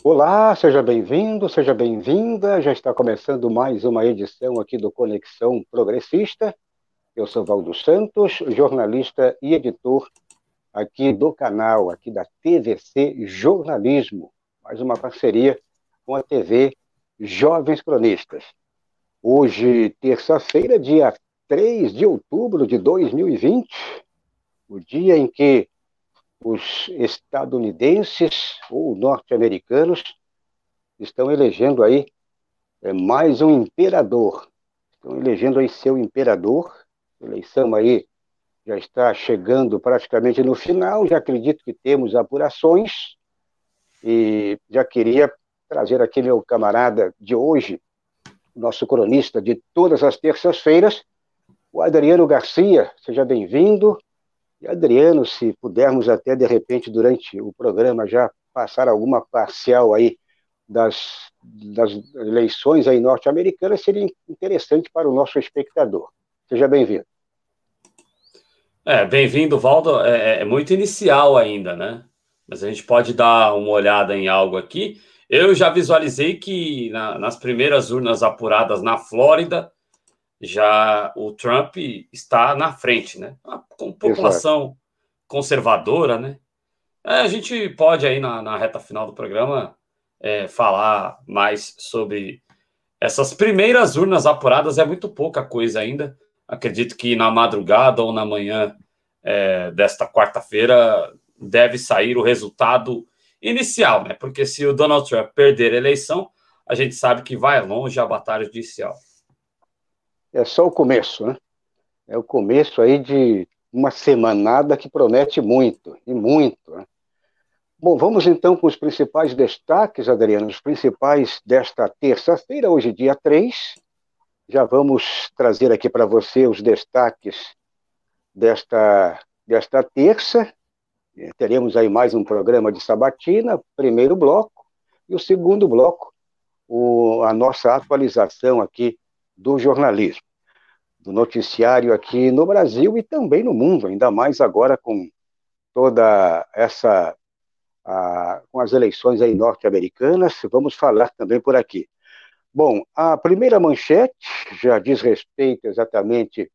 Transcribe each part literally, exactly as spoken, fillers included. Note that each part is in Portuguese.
Olá, seja bem-vindo, seja bem-vinda. Já está começando mais uma edição aqui do Conexão Progressista. Eu sou Valdo Santos, jornalista e editor aqui do canal, aqui da T V C Jornalismo, mais uma parceria com a T V Jovens Cronistas. Hoje, terça-feira, dia três de outubro de dois mil e vinte, o dia em que os estadunidenses ou norte-americanos estão elegendo aí é, mais um imperador. Estão elegendo aí seu imperador. A eleição aí já está chegando praticamente no final. Já acredito que temos apurações. E já queria trazer aqui meu camarada de hoje, nosso cronista de todas as terças-feiras, o Adriano Garcia. Seja bem-vindo. E Adriano, se pudermos até de repente durante o programa já passar alguma parcial aí Das, das eleições aí norte-americanas, seria interessante para o nosso espectador. Seja bem-vindo. É, bem-vindo, Valdo. É, é muito inicial ainda, né? Mas a gente pode dar uma olhada em algo aqui. Eu já visualizei que na, nas primeiras urnas apuradas na Flórida, já o Trump está na frente, né? Com Exato. população conservadora, né? É, a gente pode aí na, na reta final do programa é, falar mais sobre essas primeiras urnas apuradas. É muito pouca coisa ainda. Acredito que na madrugada ou na manhã é, desta quarta-feira deve sair o resultado inicial, né? Porque se o Donald Trump perder a eleição, a gente sabe que vai longe a batalha judicial. É só o começo, né? É o começo aí de uma semanada que promete muito, e muito, né? Bom, vamos então com os principais destaques, Adriano, os principais desta terça-feira, hoje dia três. Já vamos trazer aqui para você os destaques desta, desta terça. Teremos aí mais um programa de sabatina, primeiro bloco, e o segundo bloco, o, a nossa atualização aqui do jornalismo, do noticiário aqui no Brasil e também no mundo, ainda mais agora com toda essa, a, com as eleições aí norte-americanas, vamos falar também por aqui. Bom, a primeira manchete já diz respeito exatamente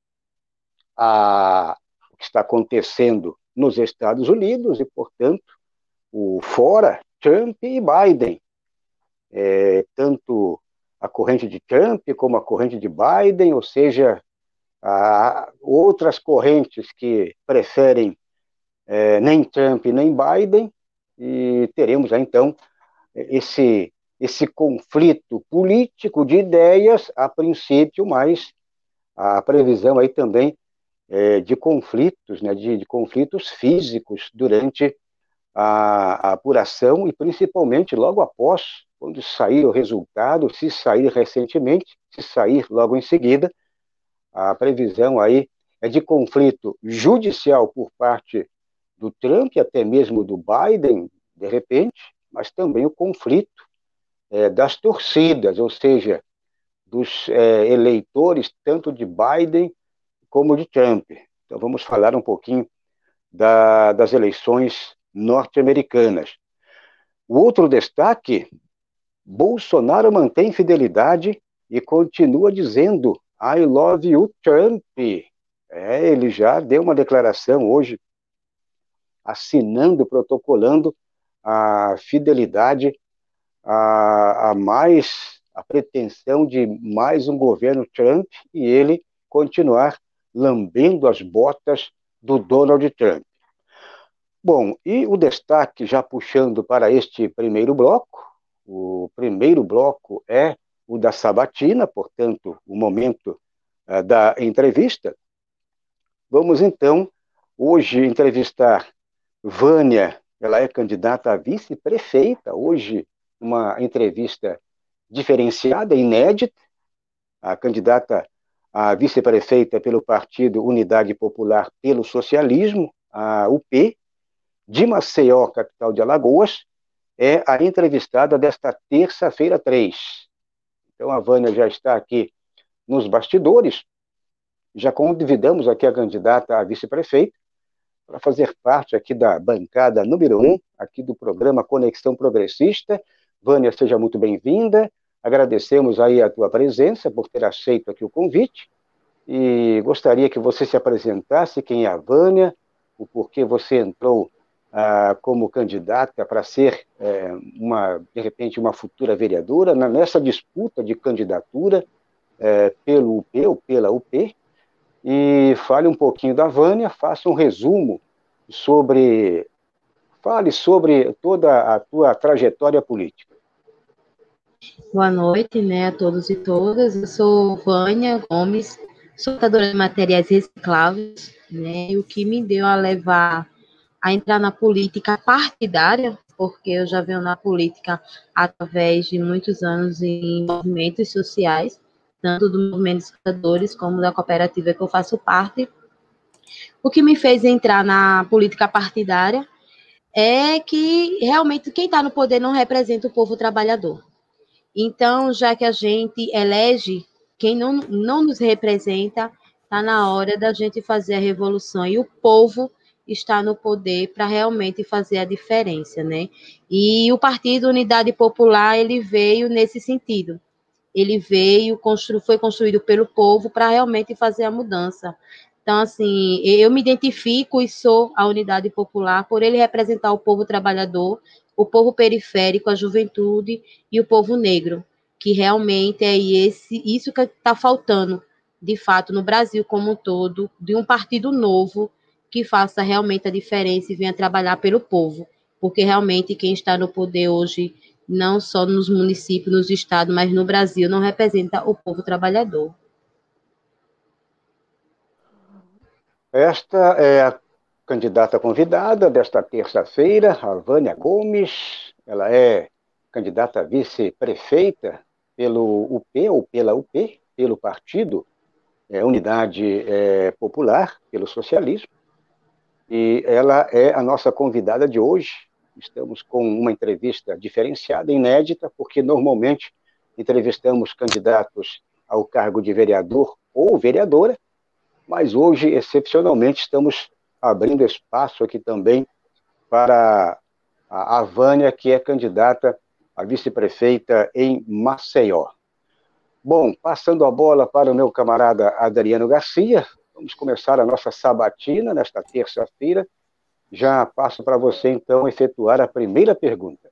a o que está acontecendo nos Estados Unidos e, portanto, o fora Trump e Biden. É, tanto a corrente de Trump como a corrente de Biden, ou seja, há outras correntes que preferem é, nem Trump nem Biden, e teremos aí, então esse, esse conflito político de ideias a princípio, mas a previsão aí também é, de conflitos, né, de, de conflitos físicos durante a, a apuração e principalmente logo após, quando sair o resultado, se sair recentemente, se sair logo em seguida, a previsão aí é de conflito judicial por parte do Trump, até mesmo do Biden, de repente, mas também o conflito é, das torcidas, ou seja, dos é, eleitores tanto de Biden como de Trump. Então vamos falar um pouquinho da, das eleições norte-americanas. O outro destaque: Bolsonaro mantém fidelidade e continua dizendo I love you, Trump. É, ele já deu uma declaração hoje, assinando, protocolando a fidelidade a, a mais, a pretensão de mais um governo Trump e ele continuar lambendo as botas do Donald Trump. Bom, e o destaque, já puxando para este primeiro bloco, o primeiro bloco é o da sabatina, portanto, o momento uh, da entrevista. Vamos, então, hoje entrevistar Vânia, ela é candidata a vice-prefeita, hoje uma entrevista diferenciada, inédita, a candidata a vice-prefeita pelo Partido Unidade Popular pelo Socialismo, a U P, de Maceió, capital de Alagoas, é a entrevistada desta terça-feira três. Então a Vânia já está aqui nos bastidores, já convidamos aqui a candidata a vice-prefeita para fazer parte aqui da bancada número um, aqui do programa Conexão Progressista, Vânia, seja muito bem-vinda. Agradecemos aí a tua presença por ter aceito aqui o convite e gostaria que você se apresentasse, quem é a Vânia, o porquê você entrou ah, como candidata para ser, é, uma, de repente, uma futura vereadora nessa disputa de candidatura é, pelo U P ou pela U P, e fale um pouquinho da Vânia, faça um resumo sobre, fale sobre toda a tua trajetória política. Boa noite, né, a todos e todas. Eu sou Vânia Gomes, sou catadora de materiais recicláveis, né, e o que me deu a levar a entrar na política partidária, porque eu já venho na política através de muitos anos em movimentos sociais, tanto do movimento dos catadores como da cooperativa que eu faço parte. O que me fez entrar na política partidária é que realmente quem está no poder não representa o povo trabalhador. Então, já que a gente elege quem não, não nos representa, está na hora da gente fazer a revolução. E o povo está no poder para realmente fazer a diferença, né? E o Partido Unidade Popular, ele veio nesse sentido. Ele veio, constru, foi construído pelo povo para realmente fazer a mudança. Então, assim, eu me identifico e sou a Unidade Popular por ele representar o povo trabalhador, o povo periférico, a juventude e o povo negro, que realmente é esse, isso que está faltando, de fato, no Brasil como um todo, de um partido novo que faça realmente a diferença e venha trabalhar pelo povo, porque realmente quem está no poder hoje, não só nos municípios, nos estados, mas no Brasil, não representa o povo trabalhador. Esta é a candidata convidada desta terça-feira, a Vânia Gomes. Ela é candidata a vice-prefeita pelo U P ou pela U P, pelo partido é, Unidade é, Popular, pelo socialismo. E ela é a nossa convidada de hoje. Estamos com uma entrevista diferenciada, inédita, porque normalmente entrevistamos candidatos ao cargo de vereador ou vereadora, mas hoje, excepcionalmente, estamos abrindo espaço aqui também para a Vânia, que é candidata a vice-prefeita em Maceió. Bom, passando a bola para o meu camarada Adriano Garcia, vamos começar a nossa sabatina nesta terça-feira. Já passo para você, então, efetuar a primeira pergunta.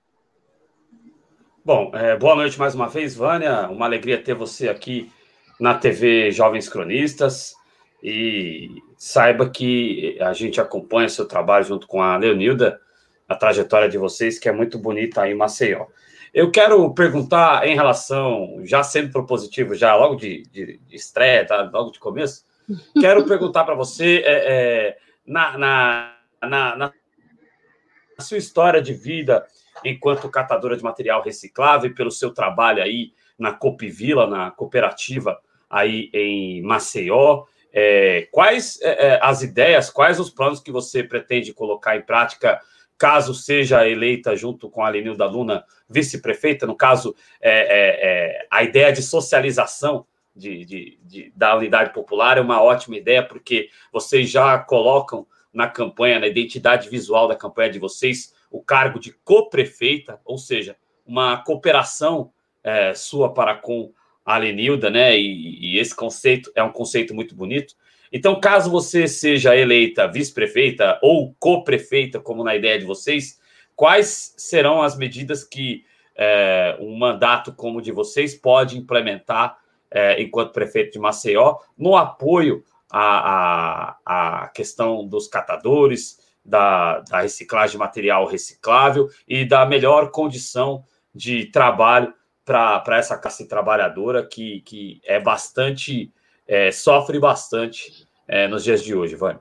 Bom, é, boa noite mais uma vez, Vânia. Uma alegria ter você aqui na T V Jovens Cronistas. E saiba que a gente acompanha seu trabalho junto com a Leonilda, a trajetória de vocês, que é muito bonita aí em Maceió. Eu quero perguntar em relação, já sendo propositivo, já logo de, de, de estreia, tá? Logo de começo, quero perguntar para você, é, é, na, na, na, na sua história de vida enquanto catadora de material reciclável, pelo seu trabalho aí na Copvila, na cooperativa aí em Maceió, É, quais é, as ideias, quais os planos que você pretende colocar em prática caso seja eleita junto com a Lenilda Luna vice-prefeita? No caso, é, é, é, a ideia de socialização de, de, de, da Unidade Popular é uma ótima ideia, porque vocês já colocam na campanha, na identidade visual da campanha de vocês, o cargo de co-prefeita, ou seja, uma cooperação é, sua para com a Lenilda, né? E, e esse conceito é um conceito muito bonito. Então, caso você seja eleita vice-prefeita ou co-prefeita, como na ideia de vocês, quais serão as medidas que é, um mandato como o de vocês pode implementar é, enquanto prefeito de Maceió no apoio à, à, à questão dos catadores, da, da reciclagem de material reciclável e da melhor condição de trabalho para essa classe trabalhadora que, que é bastante, é, sofre bastante é, nos dias de hoje, Vânia?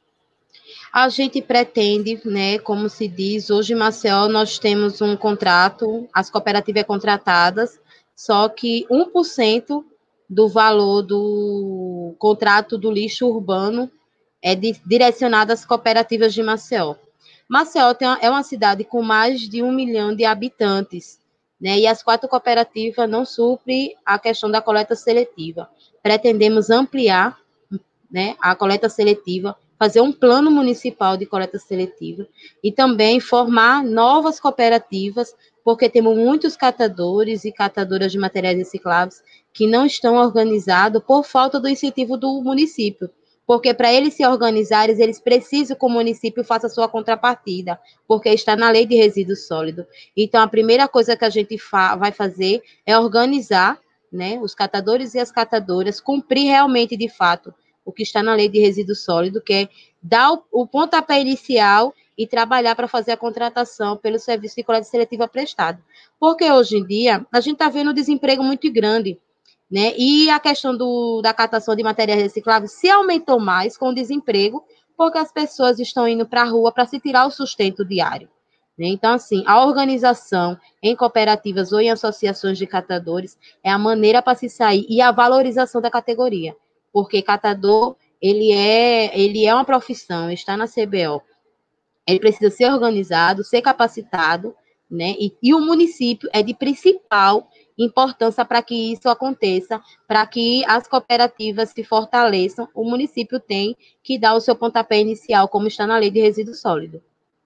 A gente pretende, né, como se diz, hoje em Maceió nós temos um contrato, as cooperativas contratadas, só que um por cento do valor do contrato do lixo urbano é de, direcionado às cooperativas de Maceió. Maceió tem uma, é uma cidade com mais de um milhão de habitantes, né, e as quatro cooperativas não suprem a questão da coleta seletiva. Pretendemos ampliar, né, a coleta seletiva fazer um plano municipal de coleta seletiva e também formar novas cooperativas, porque temos muitos catadores e catadoras de materiais recicláveis que não estão organizados por falta do incentivo do município. Porque para eles se organizarem, eles precisam que o município faça sua contrapartida, porque está na lei de resíduos sólidos. Então, a primeira coisa que a gente fa- vai fazer é organizar, né, os catadores e as catadoras, cumprir realmente, de fato, o que está na lei de resíduos sólidos, que é dar o, o pontapé inicial e trabalhar para fazer a contratação pelo serviço de coleta seletiva prestado. Porque hoje em dia, a gente está vendo um desemprego muito grande, né? E a questão do, da catação de materiais recicláveis se aumentou mais com o desemprego, porque as pessoas estão indo para a rua para se tirar o sustento diário. Né? Então, assim, a organização em cooperativas ou em associações de catadores é a maneira para se sair e a valorização da categoria, porque catador, ele é, ele é uma profissão, está na C B O, ele precisa ser organizado, ser capacitado, né? E, e o município é de principal importância para que isso aconteça, para que as cooperativas se fortaleçam. O município tem que dar o seu pontapé inicial, como está na lei de resíduo sólido.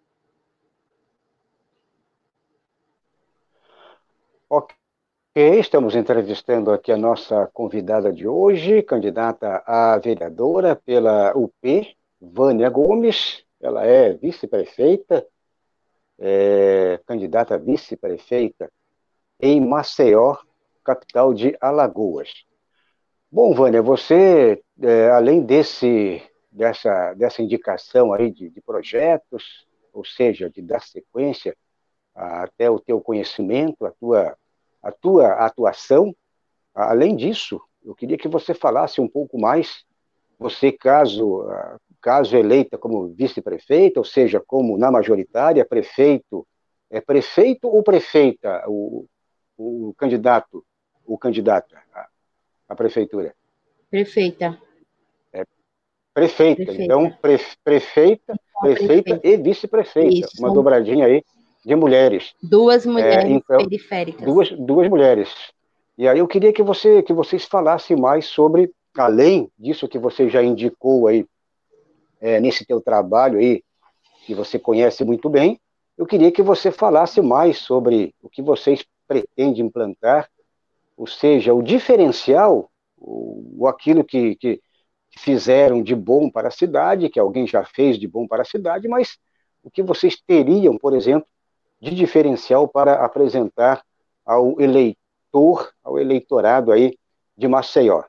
Ok, estamos entrevistando aqui a nossa convidada de hoje, candidata a vereadora pela U P, Vânia Gomes. Ela é vice-prefeita, é, candidata a vice-prefeita em Maceió, capital de Alagoas. Bom, Vânia, você, é, além desse, dessa, dessa indicação aí de, de projetos, ou seja, de dar sequência até o teu conhecimento, a tua, a tua atuação, além disso, eu queria que você falasse um pouco mais, você, caso, caso eleita como vice-prefeita, ou seja, como na majoritária, prefeito, é prefeito ou prefeita, o, o candidato, o candidato à, à prefeitura? Prefeita. É prefeita, Prefeita. então, pre, prefeita, prefeita Prefeita. e vice-prefeita, Isso. uma dobradinha aí de mulheres. Duas mulheres é, então, periféricas. Duas, duas mulheres. E aí eu queria que, você, que vocês falassem mais sobre, além disso que você já indicou aí, é, nesse teu trabalho aí, que você conhece muito bem, eu queria que você falasse mais sobre o que vocês pretendem implantar, ou seja, o diferencial, o, aquilo que, que fizeram de bom para a cidade, que alguém já fez de bom para a cidade, mas o que vocês teriam, por exemplo, de diferencial para apresentar ao eleitor, ao eleitorado aí de Maceió.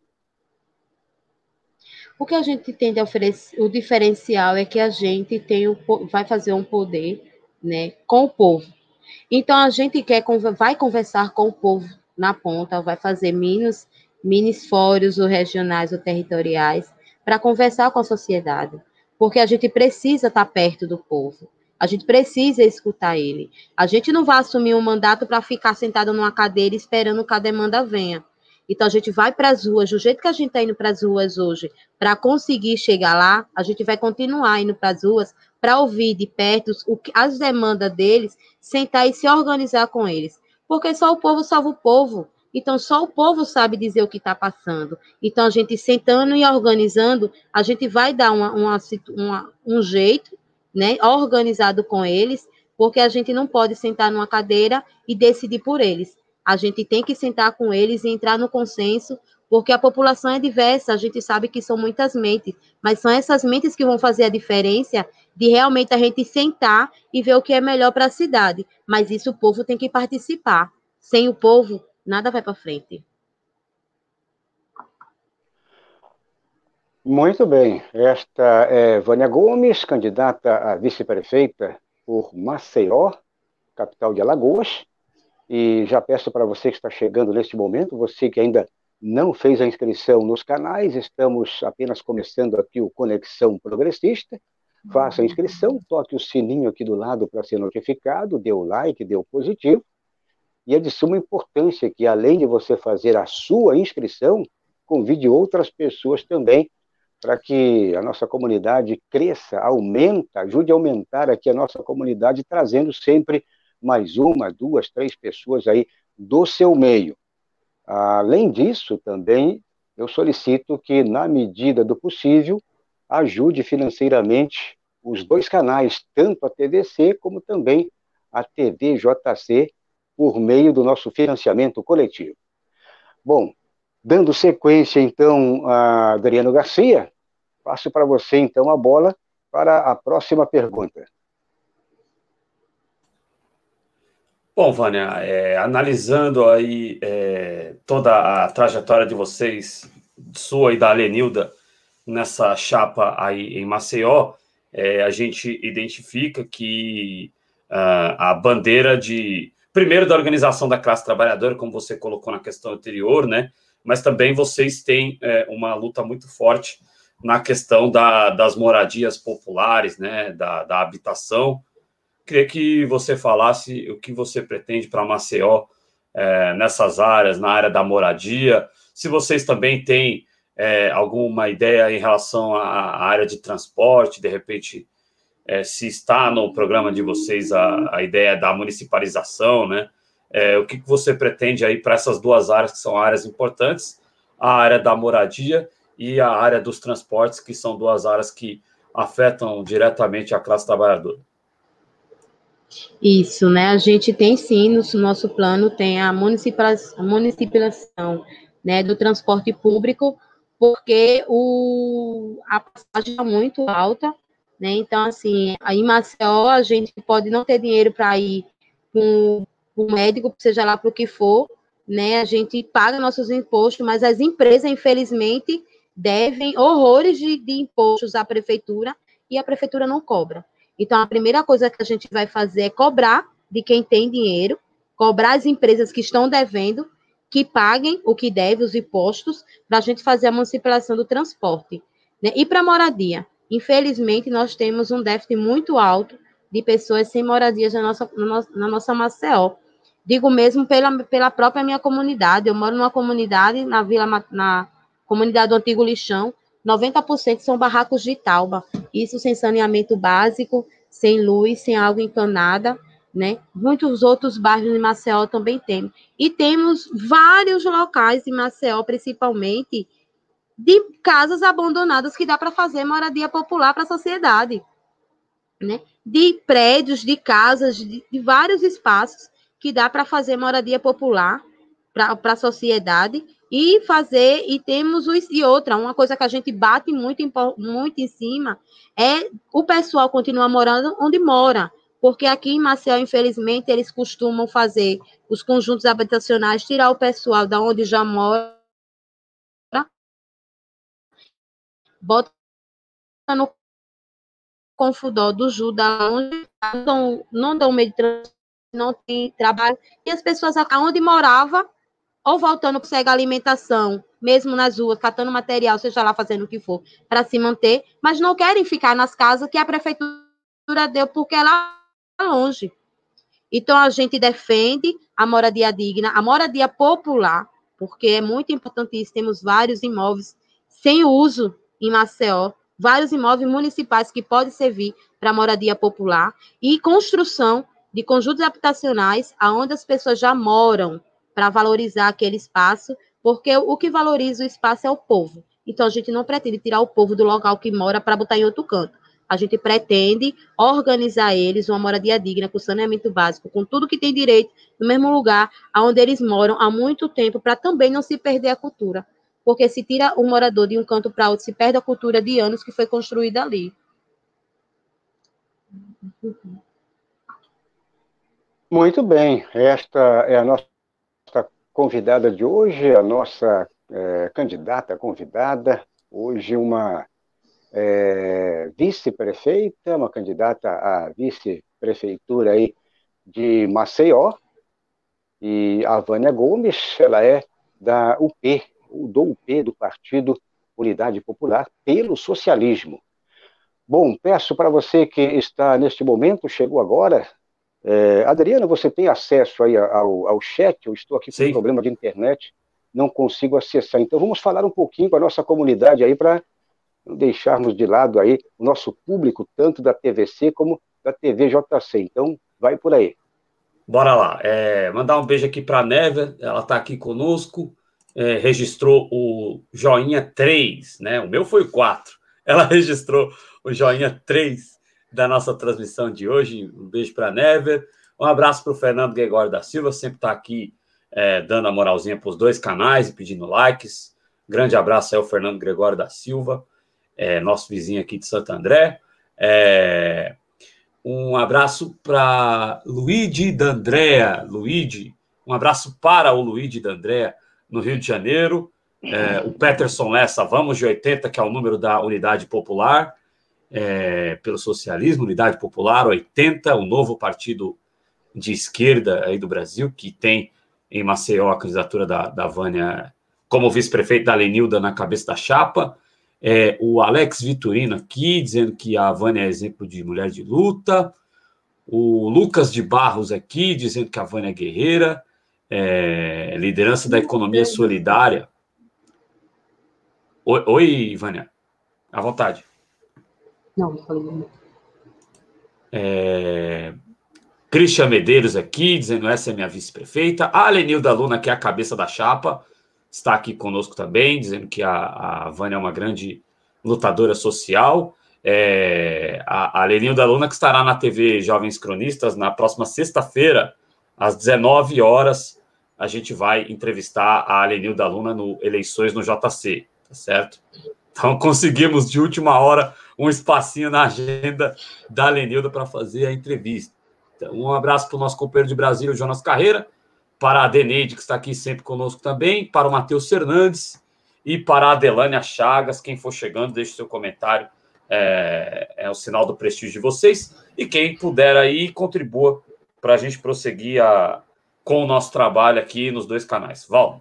O que a gente tende a oferecer, o diferencial é que a gente tem o, vai fazer um poder, né, com o povo. Então a gente quer vai conversar com o povo na ponta, vai fazer minis, minis fóruns ou regionais ou territoriais para conversar com a sociedade, porque a gente precisa estar perto do povo. A gente precisa escutar ele. A gente não vai assumir um mandato para ficar sentado numa cadeira esperando que a demanda venha. Então, a gente vai para as ruas, do jeito que a gente está indo para as ruas hoje, para conseguir chegar lá, a gente vai continuar indo para as ruas para ouvir de perto o, as demandas deles, sentar e se organizar com eles. Porque só o povo salva o povo. Então, só o povo sabe dizer o que está passando. Então, a gente sentando e organizando, a gente vai dar uma, uma, uma, um jeito, né, organizado com eles, porque a gente não pode sentar numa cadeira e decidir por eles. A gente tem que sentar com eles e entrar no consenso, porque a população é diversa, a gente sabe que são muitas mentes, mas são essas mentes que vão fazer a diferença de realmente a gente sentar e ver o que é melhor para a cidade. Mas isso o povo tem que participar. Sem o povo, nada vai para frente. Muito bem. Esta é Vânia Gomes, candidata a vice-prefeita por Maceió, capital de Alagoas. E já peço para você que está chegando neste momento, você que ainda não fez a inscrição nos canais, estamos apenas começando aqui o Conexão Progressista. Faça a inscrição, toque o sininho aqui do lado para ser notificado, dê o like, dê o positivo. E é de suma importância que, além de você fazer a sua inscrição, convide outras pessoas também, para que a nossa comunidade cresça, aumenta, ajude a aumentar aqui a nossa comunidade, trazendo sempre mais uma, duas, três pessoas aí do seu meio. Além disso, também, eu solicito que, na medida do possível, ajude financeiramente os dois canais, tanto a T V C como também a T V J C, por meio do nosso financiamento coletivo. Bom, dando sequência, então, a Adriano Garcia, passo para você, então, a bola para a próxima pergunta. Bom, Vânia, é, analisando aí é, toda a trajetória de vocês, sua e da Alenilda, nessa chapa aí em Maceió, é, a gente identifica que uh, a bandeira de, primeiro, da organização da classe trabalhadora, como você colocou na questão anterior, né? Mas também vocês têm é, uma luta muito forte na questão da, das moradias populares, né? Da, da habitação. Queria que você falasse o que você pretende para Maceió é, nessas áreas, na área da moradia, se vocês também têm é, alguma ideia em relação à área de transporte, de repente, é, se está no programa de vocês a, a ideia da municipalização, né? É, o que você pretende aí para essas duas áreas que são áreas importantes, a área da moradia e a área dos transportes, que são duas áreas que afetam diretamente a classe trabalhadora? Isso, né? A gente tem sim, no nosso plano tem a municipalização, a municipalização, né, do transporte público, porque o, a passagem é muito alta, né? Então, assim, aí em Maceió a gente pode não ter dinheiro para ir com o médico, seja lá para o que for, né? A gente paga nossos impostos, mas as empresas, infelizmente, devem horrores de, de impostos à prefeitura e a prefeitura não cobra. Então, a primeira coisa que a gente vai fazer é cobrar de quem tem dinheiro, cobrar as empresas que estão devendo, que paguem o que deve, os impostos, para a gente fazer a municipalização do transporte. Né? E para a moradia, infelizmente, nós temos um déficit muito alto de pessoas sem moradias na nossa, na nossa Maceió. Digo mesmo pela, pela própria minha comunidade. Eu moro numa comunidade, na Vila, na comunidade do Antigo Lixão, noventa por cento são barracos de tauba, isso sem saneamento básico, sem luz, sem água encanada, né? Muitos outros bairros de Maceió também temos. E temos vários locais em Maceió, principalmente, de casas abandonadas que dá para fazer moradia popular para a sociedade, né? De prédios, de casas, de, de vários espaços que dá para fazer moradia popular para a sociedade e fazer, e temos os, e outra, uma coisa que a gente bate muito, muito em cima é o pessoal continuar morando onde mora, porque aqui em Maceió, infelizmente, eles costumam fazer os conjuntos habitacionais, tirar o pessoal da onde já mora, bota no Confudó do Juda, onde não dão, não dão meio de transporte, não tem trabalho, e as pessoas onde morava ou voltando para conseguir alimentação, mesmo nas ruas, catando material, seja lá fazendo o que for, para se manter, mas não querem ficar nas casas que a prefeitura deu, porque é lá longe. Então, a gente defende a moradia digna, a moradia popular, porque é muito importante isso, temos vários imóveis sem uso em Maceió, vários imóveis municipais que podem servir para moradia popular, e construção de conjuntos habitacionais onde as pessoas já moram, para valorizar aquele espaço, porque o que valoriza o espaço é o povo. Então, a gente não pretende tirar o povo do local que mora para botar em outro canto. A gente pretende organizar eles uma moradia digna, com saneamento básico, com tudo que tem direito, no mesmo lugar onde eles moram há muito tempo, para também não se perder a cultura. Porque se tira um morador de um canto para outro, se perde a cultura de anos que foi construída ali. Muito bem, esta é a nossa convidada de hoje, a nossa é, candidata convidada, hoje uma é, vice-prefeita, uma candidata à vice-prefeitura aí de Maceió, e a Vânia Gomes, ela é da U P, do U P, do Partido Unidade Popular pelo Socialismo. Bom, peço para você que está neste momento, chegou agora, É, Adriano, você tem acesso aí ao, ao chat? Eu estou aqui com Sim. um problema de internet, não consigo acessar. Então vamos falar um pouquinho com a nossa comunidade aí para não deixarmos de lado aí o nosso público, tanto da T V C como da T V J C. Então vai por aí. Bora lá. É, mandar um beijo aqui para a Névia, ela está aqui conosco, é, registrou o joinha três, né? O meu foi quatro. ela registrou o joinha três da nossa transmissão de hoje. Um beijo para a Never. Um abraço para o Fernando Gregório da Silva, sempre está aqui é, dando a moralzinha para os dois canais e pedindo likes. Grande abraço aí ao Fernando Gregório da Silva, é, nosso vizinho aqui de Santo André. É, um abraço para Luigi D'Andrea. Luigi, um abraço para o Luigi D'Andrea, no Rio de Janeiro. É, o Peterson Lessa, vamos de oitenta, que é o número da Unidade Popular, é, pelo socialismo, Unidade Popular, oitenta, o novo partido de esquerda aí do Brasil, que tem em Maceió a candidatura da, da Vânia como vice-prefeito da Lenilda na cabeça da chapa. É, o Alex Vitorino aqui, dizendo que a Vânia é exemplo de mulher de luta. O Lucas de Barros aqui, dizendo que a Vânia é guerreira. É, liderança da economia solidária. Oi, oi, Vânia. À vontade. Não, não falei. É... Christian Medeiros aqui, dizendo essa é minha vice-prefeita. A Lenilda Luna, que é a cabeça da chapa, está aqui conosco também, dizendo que a, a Vânia é uma grande lutadora social. É, a, a Lenilda Luna, que estará na T V Jovens Cronistas na próxima sexta-feira, às dezenove horas, a gente vai entrevistar a Lenilda Luna no Eleições no J C, tá certo? Então conseguimos de última hora um espacinho na agenda da Lenilda para fazer a entrevista. Um abraço para o nosso companheiro de Brasília, o Jonas Carreira, para a Deneide, que está aqui sempre conosco também, para o Matheus Fernandes e para a Adelânia Chagas. Quem for chegando, deixe seu comentário, é, é o sinal do prestígio de vocês. E quem puder aí, contribua para a gente prosseguir a, com o nosso trabalho aqui nos dois canais. Val.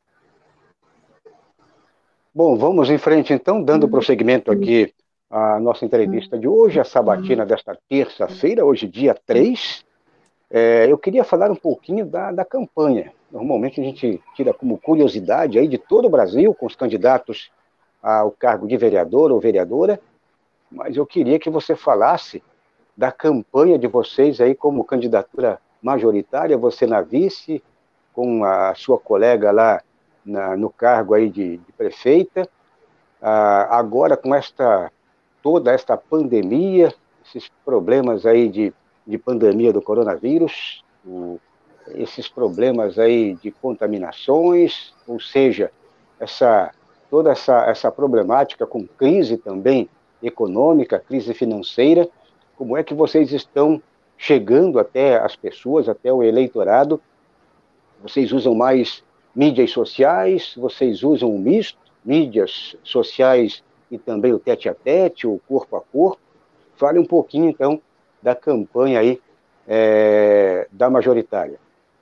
Bom, vamos em frente então, dando prosseguimento aqui a nossa entrevista de hoje, a sabatina desta terça-feira, hoje dia três. É, eu queria falar um pouquinho da, da campanha. Normalmente a gente tira como curiosidade aí de todo o Brasil, com os candidatos ao cargo de vereador ou vereadora, mas eu queria que você falasse da campanha de vocês aí como candidatura majoritária, você na vice, com a sua colega lá na, no cargo aí de, de prefeita, ah, agora com esta toda esta pandemia, esses problemas aí de, de pandemia do coronavírus, o, esses problemas aí de contaminações, ou seja, essa, toda essa, essa problemática com crise também econômica, crise financeira, como é que vocês estão chegando até as pessoas, até o eleitorado? Vocês usam mais mídias sociais, vocês usam um misto, mídias sociais e também o tete-a-tete, o corpo a corpo. Fale um pouquinho, então, da campanha aí é, da majoritária.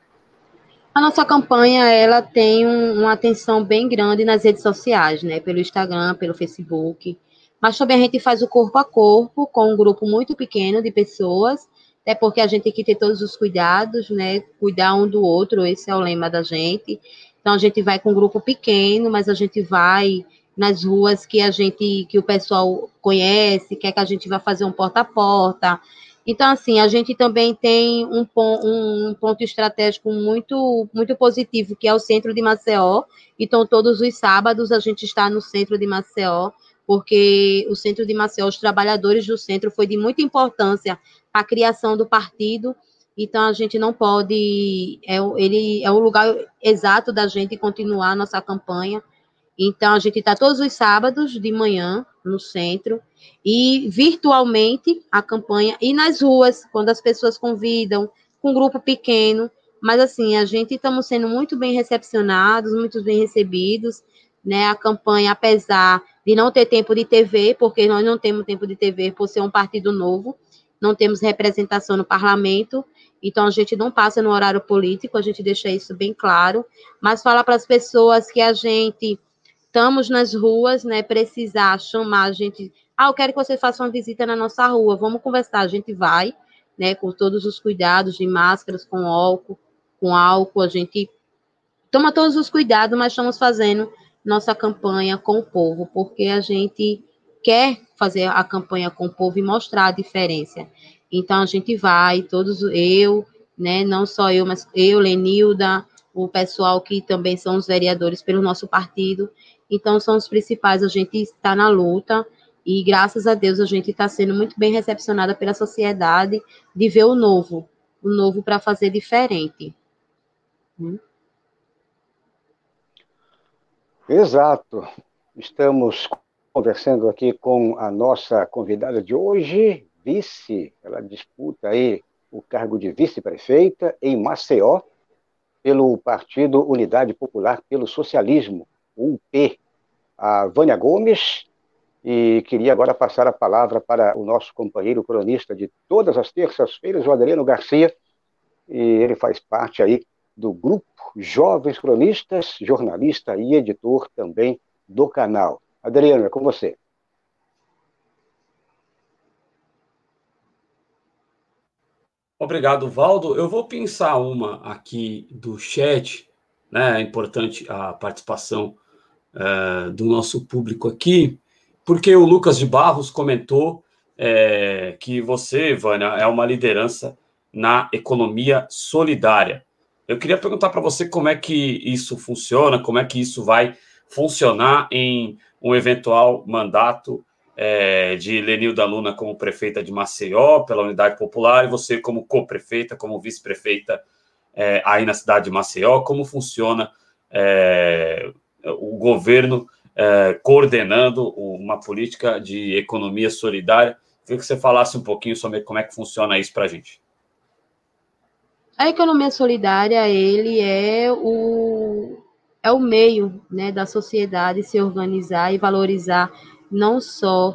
A nossa campanha, ela tem um, uma atenção bem grande nas redes sociais, né? Pelo Instagram, pelo Facebook. Mas também a gente faz o corpo a corpo com um grupo muito pequeno de pessoas, até porque a gente tem que ter todos os cuidados, né? Cuidar um do outro, esse é o lema da gente. Então, a gente vai com um grupo pequeno, mas a gente vai nas ruas que a gente, que o pessoal conhece, quer que a gente vá fazer um porta a porta. Então, assim, a gente também tem um, um ponto estratégico muito, muito positivo, que é o centro de Maceió. Então, todos os sábados a gente está no centro de Maceió, porque o centro de Maceió, os trabalhadores do centro, foi de muita importância para a criação do partido. Então, a gente não pode... É, ele é o lugar exato da gente continuar a nossa campanha. Então, a gente está todos os sábados de manhã no centro e virtualmente a campanha e nas ruas, quando as pessoas convidam, com um grupo pequeno. Mas, assim, a gente estamos sendo muito bem recepcionados, muito bem recebidos, né? A campanha, apesar de não ter tempo de T V, porque nós não temos tempo de T V por ser um partido novo, não temos representação no parlamento, então a gente não passa no horário político, a gente deixa isso bem claro, mas fala para as pessoas que a gente... Estamos nas ruas, né? Precisar chamar a gente. Ah, eu quero que você faça uma visita na nossa rua. Vamos conversar. A gente vai, né? Com todos os cuidados de máscaras, com álcool, com álcool. A gente toma todos os cuidados, mas estamos fazendo nossa campanha com o povo, porque a gente quer fazer a campanha com o povo e mostrar a diferença. Então a gente vai, todos eu, né? Não só eu, mas eu, Lenilda, o pessoal que também são os vereadores pelo nosso partido. Então, são os principais, a gente está na luta, E graças a Deus a gente está sendo muito bem recepcionada pela sociedade de ver o novo, o novo para fazer diferente. Hum. Exato. Estamos conversando aqui com a nossa convidada de hoje, vice, ela disputa aí o cargo de vice-prefeita em Maceió, pelo Partido Unidade Popular pelo Socialismo, U P, a Vânia Gomes, e queria agora passar a palavra para o nosso companheiro cronista de todas as terças-feiras, o Adriano Garcia, e ele faz parte aí do grupo Jovens Cronistas, jornalista e editor também do canal. Adriano, é com você. Obrigado, Valdo. Eu vou pensar uma aqui do chat, né? É importante a participação uh, do nosso público aqui, porque o Lucas de Barros comentou é, que você, Vânia, é uma liderança na economia solidária. Eu queria perguntar para você como é que isso funciona, como é que isso vai funcionar em um eventual mandato é, de Lenilda Luna como prefeita de Maceió, pela Unidade Popular, e você como co-prefeita, como vice-prefeita é, aí na cidade de Maceió. Como funciona é, o governo é, coordenando uma política de economia solidária? Queria que você falasse um pouquinho sobre como é que funciona isso para a gente. A economia solidária, ele é o, é o meio, né, da sociedade se organizar e valorizar não só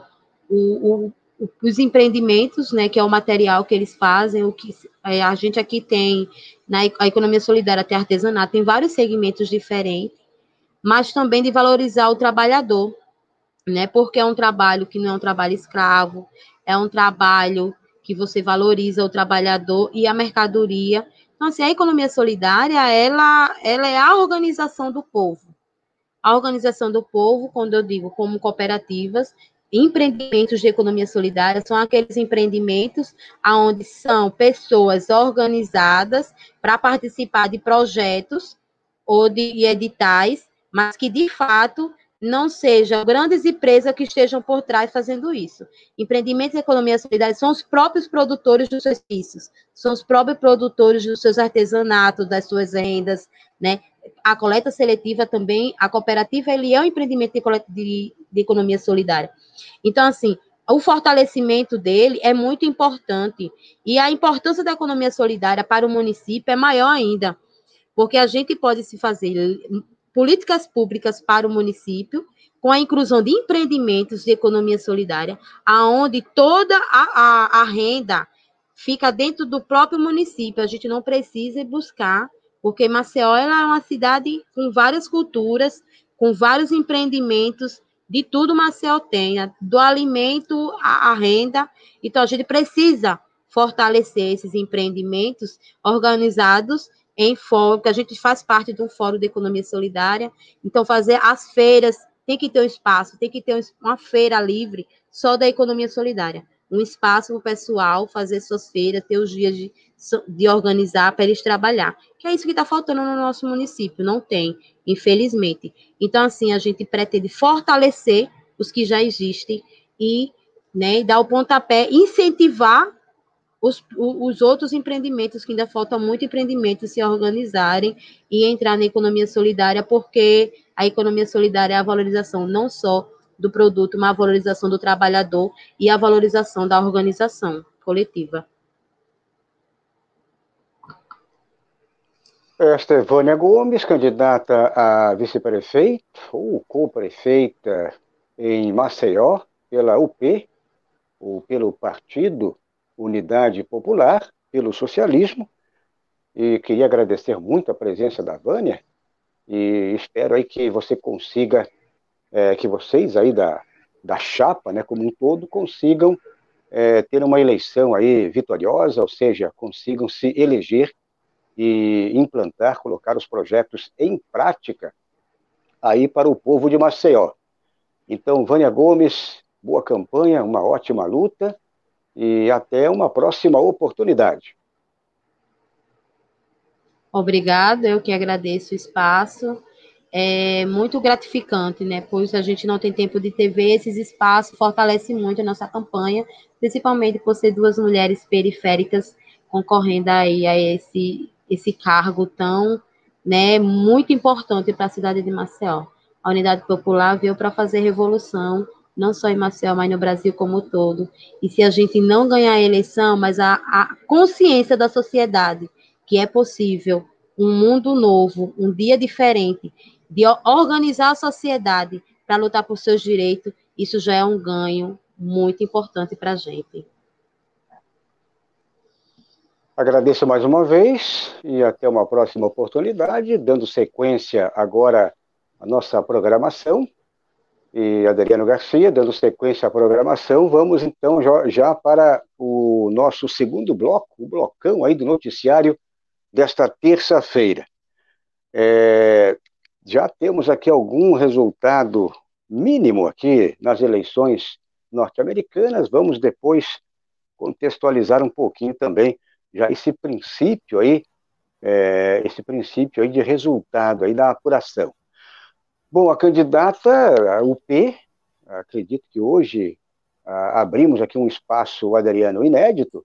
o, o, os empreendimentos, né, que é o material que eles fazem, o que a gente aqui tem, na a economia solidária tem artesanato, tem vários segmentos diferentes, mas também de valorizar o trabalhador, né, porque é um trabalho que não é um trabalho escravo, é um trabalho que você valoriza o trabalhador e a mercadoria. Então, assim, a economia solidária, ela, ela é a organização do povo. A organização do povo, quando eu digo como cooperativas, empreendimentos de economia solidária, são aqueles empreendimentos onde são pessoas organizadas para participar de projetos ou de editais, mas que, de fato, não sejam grandes empresas que estejam por trás fazendo isso. Empreendimentos de economia solidária são os próprios produtores dos seus serviços, são os próprios produtores dos seus artesanatos, das suas rendas, né? A coleta seletiva também, a cooperativa, ele é um empreendimento de, de, de economia solidária. Então, assim, o fortalecimento dele é muito importante. E a importância da economia solidária para o município é maior ainda, porque a gente pode se fazer políticas públicas para o município, com a inclusão de empreendimentos de economia solidária, aonde toda a, a, a renda fica dentro do próprio município. A gente não precisa buscar, porque Maceió ela é uma cidade com várias culturas, com vários empreendimentos, de tudo Maceió tem, do alimento à, à renda. Então, a gente precisa fortalecer esses empreendimentos organizados em fórum, que a gente faz parte de um fórum de economia solidária. Então, fazer as feiras, tem que ter um espaço, tem que ter uma feira livre só da economia solidária. Um espaço para o pessoal fazer suas feiras, ter os dias de, de organizar para eles trabalhar. Que é isso que está faltando no nosso município, não tem, infelizmente. Então, assim, a gente pretende fortalecer os que já existem e, né, dar o pontapé, incentivar Os, os outros empreendimentos, que ainda falta muito empreendimentos se organizarem e entrar na economia solidária, porque a economia solidária é a valorização não só do produto, mas a valorização do trabalhador e a valorização da organização coletiva. Esta é Vânia Gomes, candidata a vice-prefeita ou co-prefeita em Maceió, pela U P, ou pelo Partido Unidade Popular, pelo Socialismo, e queria agradecer muito a presença da Vânia, e espero aí que você consiga, é, que vocês aí da, da chapa, né, como um todo, consigam é, ter uma eleição aí vitoriosa, ou seja, consigam se eleger e implantar, colocar os projetos em prática aí para o povo de Maceió. Então, Vânia Gomes, boa campanha, uma ótima luta, e até uma próxima oportunidade. Obrigada, eu que agradeço o espaço é muito gratificante, né? Pois a gente não tem tempo de T V, esses espaços fortalecem muito a nossa campanha, principalmente por ser duas mulheres periféricas concorrendo aí a esse, esse cargo tão, né, muito importante para a cidade de Maceió. A Unidade Popular veio para fazer revolução, não só em Maceió, mas no Brasil como um todo. E se a gente não ganhar a eleição, mas a, a consciência da sociedade que é possível um mundo novo, um dia diferente, de organizar a sociedade para lutar por seus direitos, isso já é um ganho muito importante para a gente. Agradeço mais uma vez e até uma próxima oportunidade, dando sequência agora à nossa programação. E Adriano Garcia, dando sequência à programação, vamos então já, já para o nosso segundo bloco, o blocão aí do noticiário desta terça-feira. É, já temos aqui algum resultado mínimo aqui nas eleições norte-americanas, vamos depois contextualizar um pouquinho também já esse princípio aí, é, esse princípio aí de resultado aí da apuração. Bom, a candidata, a U P, acredito que hoje a, abrimos aqui um espaço, Adriano, inédito,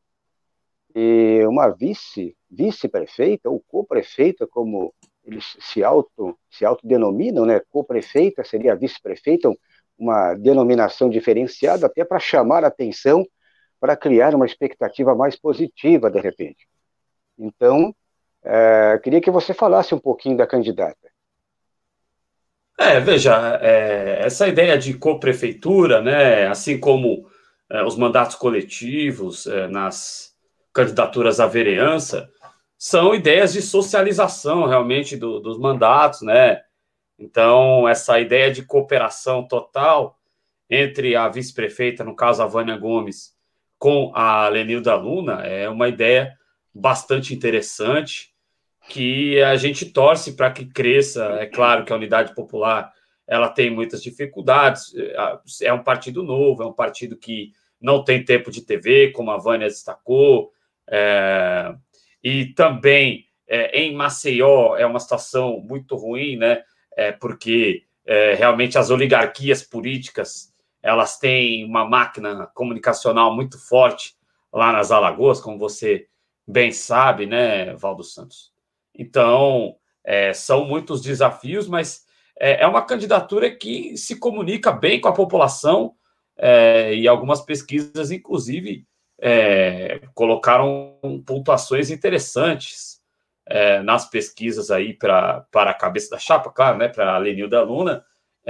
e uma vice, vice-prefeita, ou co-prefeita, como eles se, auto, se autodenominam, né? Co-prefeita seria a vice-prefeita, uma denominação diferenciada até para chamar a atenção, para criar uma expectativa mais positiva, de repente. Então, é, queria que você falasse um pouquinho da candidata. É, veja, é, essa ideia de co-prefeitura, né, assim como é, os mandatos coletivos é, nas candidaturas à vereança, são ideias de socialização realmente do, dos mandatos, né? Então, essa ideia de cooperação total entre a vice-prefeita, no caso a Vânia Gomes, com a Lenilda Luna, é uma ideia bastante interessante, que a gente torce para que cresça. É claro que a Unidade Popular ela tem muitas dificuldades, é um partido novo, é um partido que não tem tempo de T V, como a Vânia destacou, é, e também é, em Maceió é uma situação muito ruim, né? É, porque é, realmente as oligarquias políticas elas têm uma máquina comunicacional muito forte lá nas Alagoas, como você bem sabe, né, Valdo Santos? Então, é, são muitos desafios, mas é, é uma candidatura que se comunica bem com a população, é, e algumas pesquisas, inclusive, é, colocaram pontuações interessantes é, nas pesquisas aí pra, para a cabeça da chapa, claro, né, para a Lenilda Luna.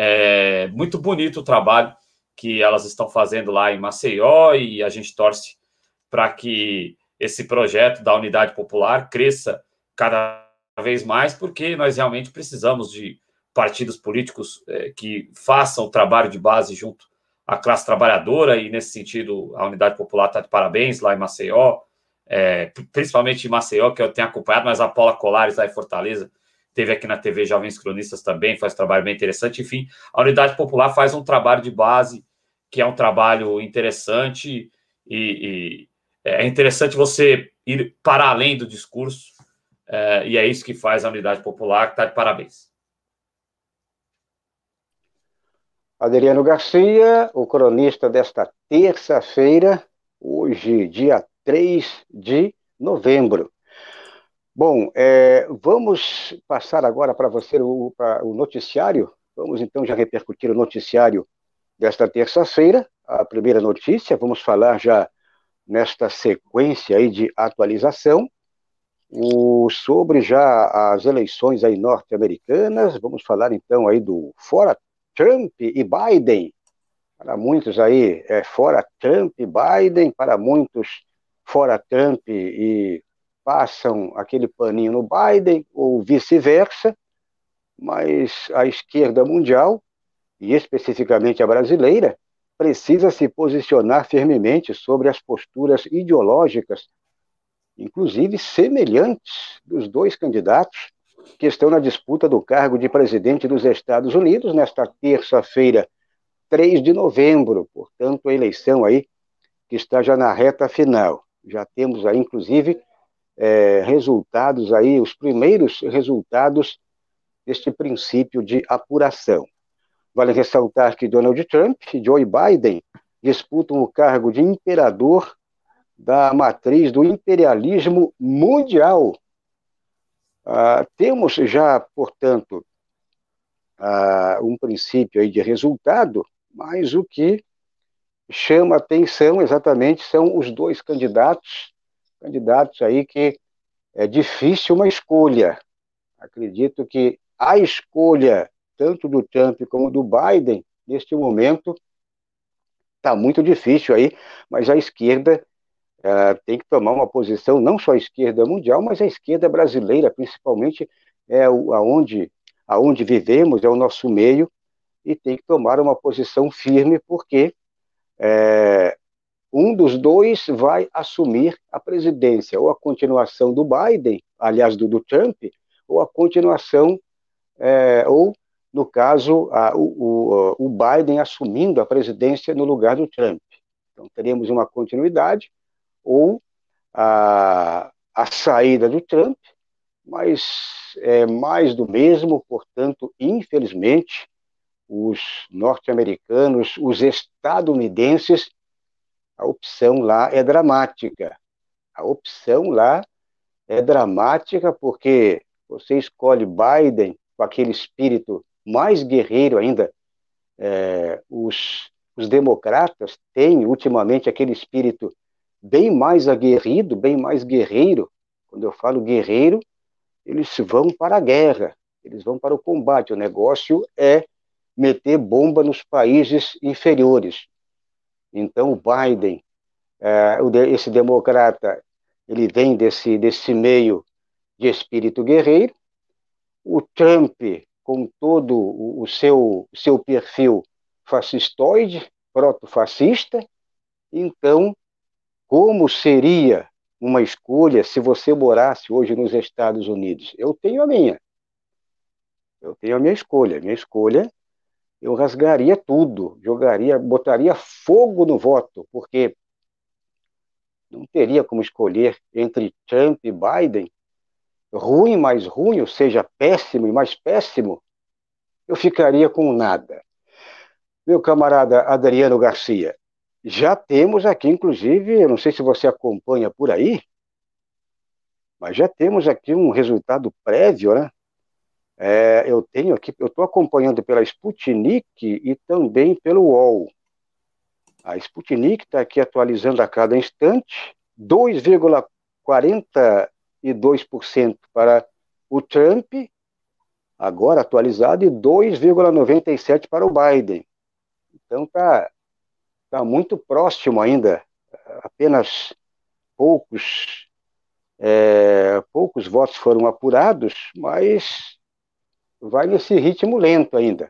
É muito bonito o trabalho que elas estão fazendo lá em Maceió, e a gente torce para que esse projeto da Unidade Popular cresça cada vez mais, porque nós realmente precisamos de partidos políticos é, que façam o trabalho de base junto à classe trabalhadora, e nesse sentido a Unidade Popular está de parabéns lá em Maceió, é, principalmente em Maceió, que eu tenho acompanhado, mas a Paula Colares lá em Fortaleza teve aqui na T V Jovens Cronistas também, faz um trabalho bem interessante. Enfim, a Unidade Popular faz um trabalho de base que é um trabalho interessante, e, e é interessante você ir para além do discurso, é, e é isso que faz a Unidade Popular, que está de parabéns. Adriano Garcia, o cronista desta terça-feira, hoje, dia três de novembro. Bom, é, vamos passar agora para você o, pra, o noticiário. Vamos então já repercutir o noticiário desta terça-feira. A primeira notícia, vamos falar já nesta sequência aí de atualização, o, sobre já as eleições aí norte-americanas. Vamos falar então aí do fora Trump e Biden. Para muitos aí é fora Trump e Biden, para muitos fora Trump e passam aquele paninho no Biden, ou vice-versa, mas a esquerda mundial, e especificamente a brasileira, precisa se posicionar firmemente sobre as posturas ideológicas, inclusive semelhantes, dos dois candidatos que estão na disputa do cargo de presidente dos Estados Unidos nesta terça-feira, três de novembro, portanto, a eleição aí que está já na reta final. Já temos aí, inclusive, é, resultados aí, os primeiros resultados deste princípio de apuração. Vale ressaltar que Donald Trump e Joe Biden disputam o cargo de imperador da matriz do imperialismo mundial. Ah, temos já, portanto, ah, um princípio aí de resultado, mas o que chama atenção exatamente são os dois candidatos, candidatos aí que é difícil uma escolha. Acredito que a escolha tanto do Trump como do Biden, neste momento, está muito difícil aí, mas a esquerda uh, tem que tomar uma posição, não só a esquerda mundial, mas a esquerda brasileira, principalmente, é o, aonde, aonde vivemos, é o nosso meio, e tem que tomar uma posição firme, porque é, um dos dois vai assumir a presidência, ou a continuação do Biden, aliás, do, do Trump, ou a continuação, é, ou, no caso, a, o, o, o Biden assumindo a presidência no lugar do Trump. Então, teremos uma continuidade, ou a, a saída do Trump, mas é mais do mesmo, portanto, infelizmente, os norte-americanos, os estadunidenses, a opção lá é dramática. A opção lá é dramática porque você escolhe Biden com aquele espírito mais guerreiro ainda. É, os, os democratas têm, ultimamente, aquele espírito bem mais aguerrido, bem mais guerreiro. Quando eu falo guerreiro, eles vão para a guerra, eles vão para o combate. O negócio é meter bomba nos países inferiores. Então, o Biden, é, esse democrata, ele vem desse, desse meio de espírito guerreiro. O Trump, com todo o seu, seu perfil fascistoide, proto-fascista. Então, como seria uma escolha se você morasse hoje nos Estados Unidos? Eu tenho a minha. Eu tenho a minha escolha. Minha escolha, eu rasgaria tudo, jogaria, botaria fogo no voto, porque não teria como escolher entre Trump e Biden. Ruim mais ruim, ou seja, péssimo e mais péssimo, eu ficaria com nada. Meu camarada Adriano Garcia, já temos aqui, inclusive, eu não sei se você acompanha por aí, mas já temos aqui um resultado prévio, né? É, eu tenho aqui, eu estou acompanhando pela Sputnik e também pelo U O L. A Sputnik está aqui atualizando a cada instante, dois vírgula quarenta e dois por cento para o Trump, agora atualizado, e dois vírgula noventa e sete por cento para o Biden. Então está tá muito próximo ainda, apenas poucos, é, poucos votos foram apurados, mas vai nesse ritmo lento ainda.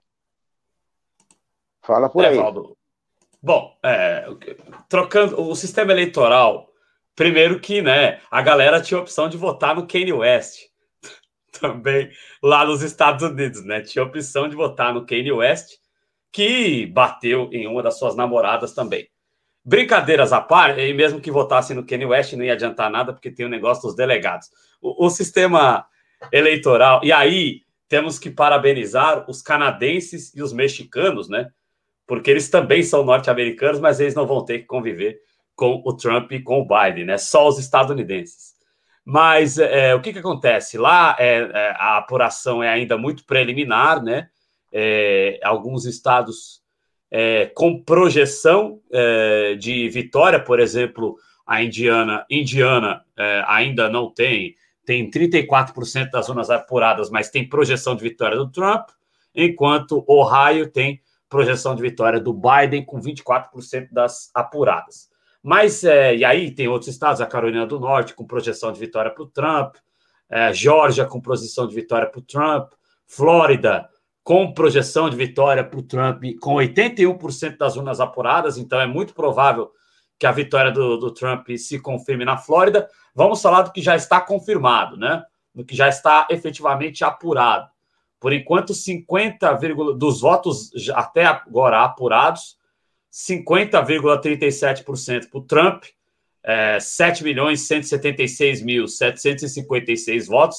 Fala por é, aí. Valdo. Bom, é, trocando o sistema eleitoral, primeiro que, né, a galera tinha a opção de votar no Kanye West, também lá nos Estados Unidos, né? Tinha a opção de votar no Kanye West, que bateu em uma das suas namoradas também. Brincadeiras à parte, e mesmo que votassem no Kanye West, não ia adiantar nada, porque tem o negócio dos delegados. O, o sistema eleitoral, e aí temos que parabenizar os canadenses e os mexicanos, né? Porque eles também são norte-americanos, mas eles não vão ter que conviver com o Trump e com o Biden, né? Só os estadunidenses. Mas é, o que, que acontece? Lá é, é, a apuração é ainda muito preliminar, né? É, alguns estados é, com projeção é, de vitória, por exemplo, a Indiana, Indiana é, ainda não tem, tem trinta e quatro por cento das zonas apuradas, mas tem projeção de vitória do Trump, enquanto Ohio tem projeção de vitória do Biden com vinte e quatro por cento das apuradas. Mas, é, e aí tem outros estados, a Carolina do Norte com projeção de vitória para o Trump, é, Geórgia com projeção de vitória para o Trump, Flórida com projeção de vitória para o Trump com oitenta e um por cento das urnas apuradas, então é muito provável que a vitória do, do Trump se confirme na Flórida. Vamos falar do que já está confirmado, né? Do que já está efetivamente apurado. Por enquanto, cinquenta dos votos até agora apurados, cinquenta vírgula trinta e sete por cento para o Trump, é, sete milhões cento e setenta e seis mil setecentos e cinquenta e seis votos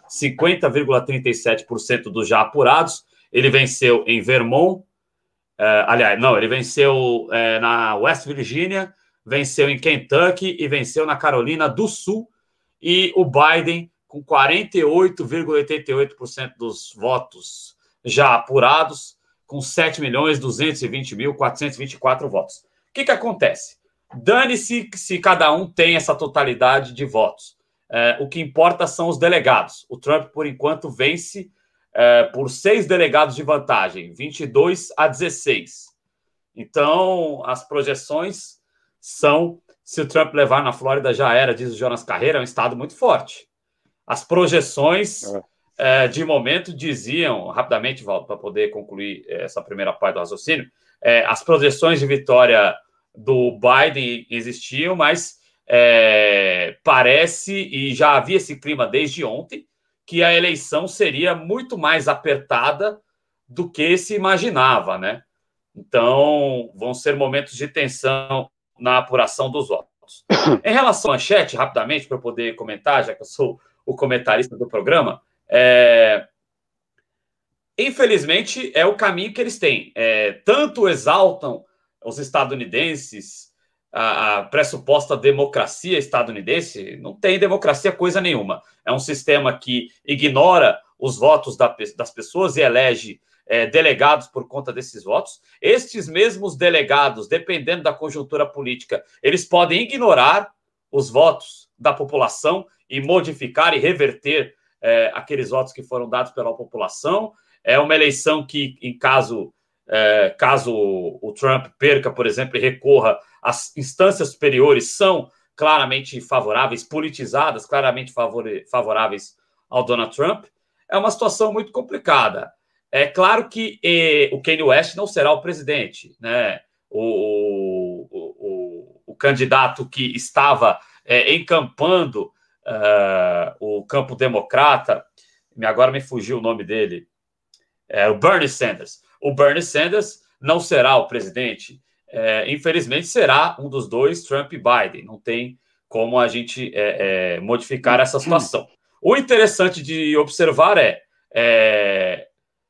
cinquenta vírgula trinta e sete por cento dos já apurados. Ele venceu em Vermont, uh, aliás, não, ele venceu uh, na West Virginia, venceu em Kentucky e venceu na Carolina do Sul. E o Biden, com quarenta e oito vírgula oitenta e oito por cento dos votos já apurados, com sete milhões duzentos e vinte mil quatrocentos e vinte e quatro votos. O que, que acontece? Dane-se se cada um tem essa totalidade de votos. É, o que importa são os delegados. O Trump, por enquanto, vence é, por seis delegados de vantagem, vinte e dois a dezesseis. Então, as projeções são, se o Trump levar na Flórida, já era, diz o Jonas Carreira, é um estado muito forte. As projeções, é. É, de momento, diziam, rapidamente, Valdo, para poder concluir essa primeira parte do raciocínio, é, as projeções de vitória do Biden existiam, mas é, parece, e já havia esse clima desde ontem, que a eleição seria muito mais apertada do que se imaginava, né? Então, vão ser momentos de tensão na apuração dos votos. Em relação à manchete, rapidamente, para eu poder comentar, já que eu sou o comentarista do programa, é... infelizmente, é o caminho que eles têm. É, tanto exaltam os estadunidenses, a, a pressuposta democracia estadunidense, não tem democracia coisa nenhuma. É um sistema que ignora os votos da, das pessoas e elege é, delegados por conta desses votos. Estes mesmos delegados, dependendo da conjuntura política, eles podem ignorar os votos da população e modificar e reverter é, aqueles votos que foram dados pela população. É uma eleição que, em caso, é, caso o Trump perca, por exemplo, e recorra às instâncias superiores, são claramente favoráveis, politizadas, claramente favoráveis ao Donald Trump. É uma situação muito complicada. É claro que eh, o Kanye West não será o presidente, né? O, o, o, o candidato que estava eh, encampando uh, o campo democrata, agora me fugiu o nome dele, é o Bernie Sanders. O Bernie Sanders não será o presidente. É, infelizmente, será um dos dois, Trump e Biden. Não tem como a gente é, é, modificar essa situação. O interessante de observar é, é,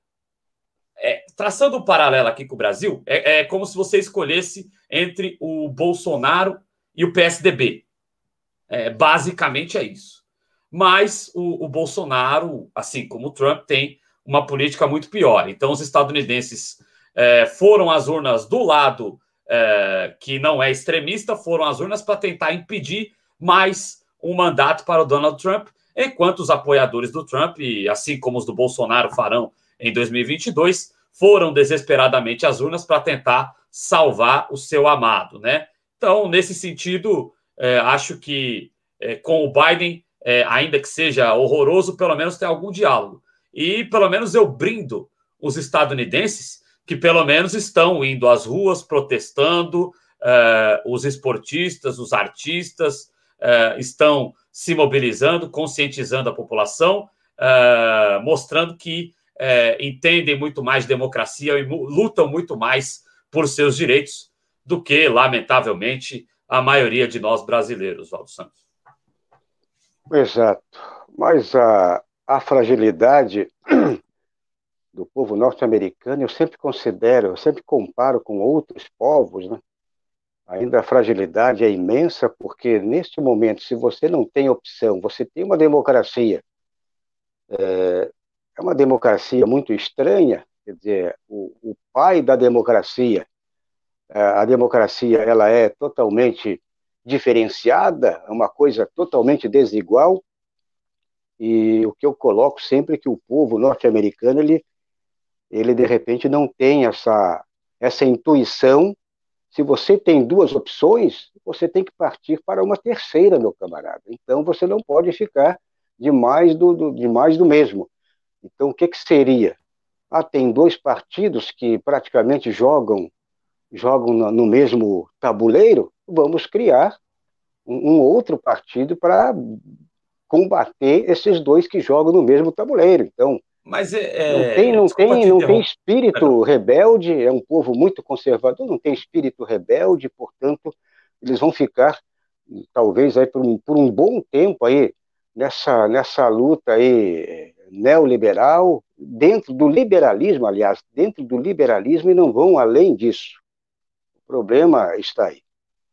é traçando um paralelo aqui com o Brasil, é, é como se você escolhesse entre o Bolsonaro e o P S D B. É, basicamente é isso. Mas o, o Bolsonaro, assim como o Trump, tem uma política muito pior. Então, os estadunidenses é, foram às urnas do lado é, que não é extremista, foram às urnas para tentar impedir mais um mandato para o Donald Trump, enquanto os apoiadores do Trump, assim como os do Bolsonaro farão em dois mil e vinte e dois, foram desesperadamente às urnas para tentar salvar o seu amado, né? Então, nesse sentido, é, acho que é, com o Biden, é, ainda que seja horroroso, pelo menos tem algum diálogo. E, pelo menos, eu brindo os estadunidenses que, pelo menos, estão indo às ruas, protestando, uh, os esportistas, os artistas uh, estão se mobilizando, conscientizando a população, uh, mostrando que uh, entendem muito mais democracia e lutam muito mais por seus direitos do que, lamentavelmente, a maioria de nós brasileiros, Valdo Santos. Exato. Mas a... a fragilidade do povo norte-americano, eu sempre considero, eu sempre comparo com outros povos, né? Ainda a fragilidade é imensa, porque neste momento, se você não tem opção, você tem uma democracia, é, é uma democracia muito estranha, quer dizer, o, o pai da democracia, a democracia ela é totalmente diferenciada, é uma coisa totalmente desigual. E o que eu coloco sempre é que o povo norte-americano, ele, ele de repente não tem essa, essa intuição. Se você tem duas opções, você tem que partir para uma terceira, meu camarada. Então você não pode ficar de mais do, do, de mais do mesmo. Então o que, que seria? Ah, tem dois partidos que praticamente jogam, jogam no, no mesmo tabuleiro, vamos criar um, um outro partido para combater esses dois que jogam no mesmo tabuleiro. Então, mas é, não tem, não tem, não tem espírito rebelde, é um povo muito conservador, não tem espírito rebelde, portanto, eles vão ficar, talvez, aí por um, por um bom tempo aí nessa, nessa luta aí neoliberal, dentro do liberalismo, aliás, dentro do liberalismo, e não vão além disso. O problema está aí.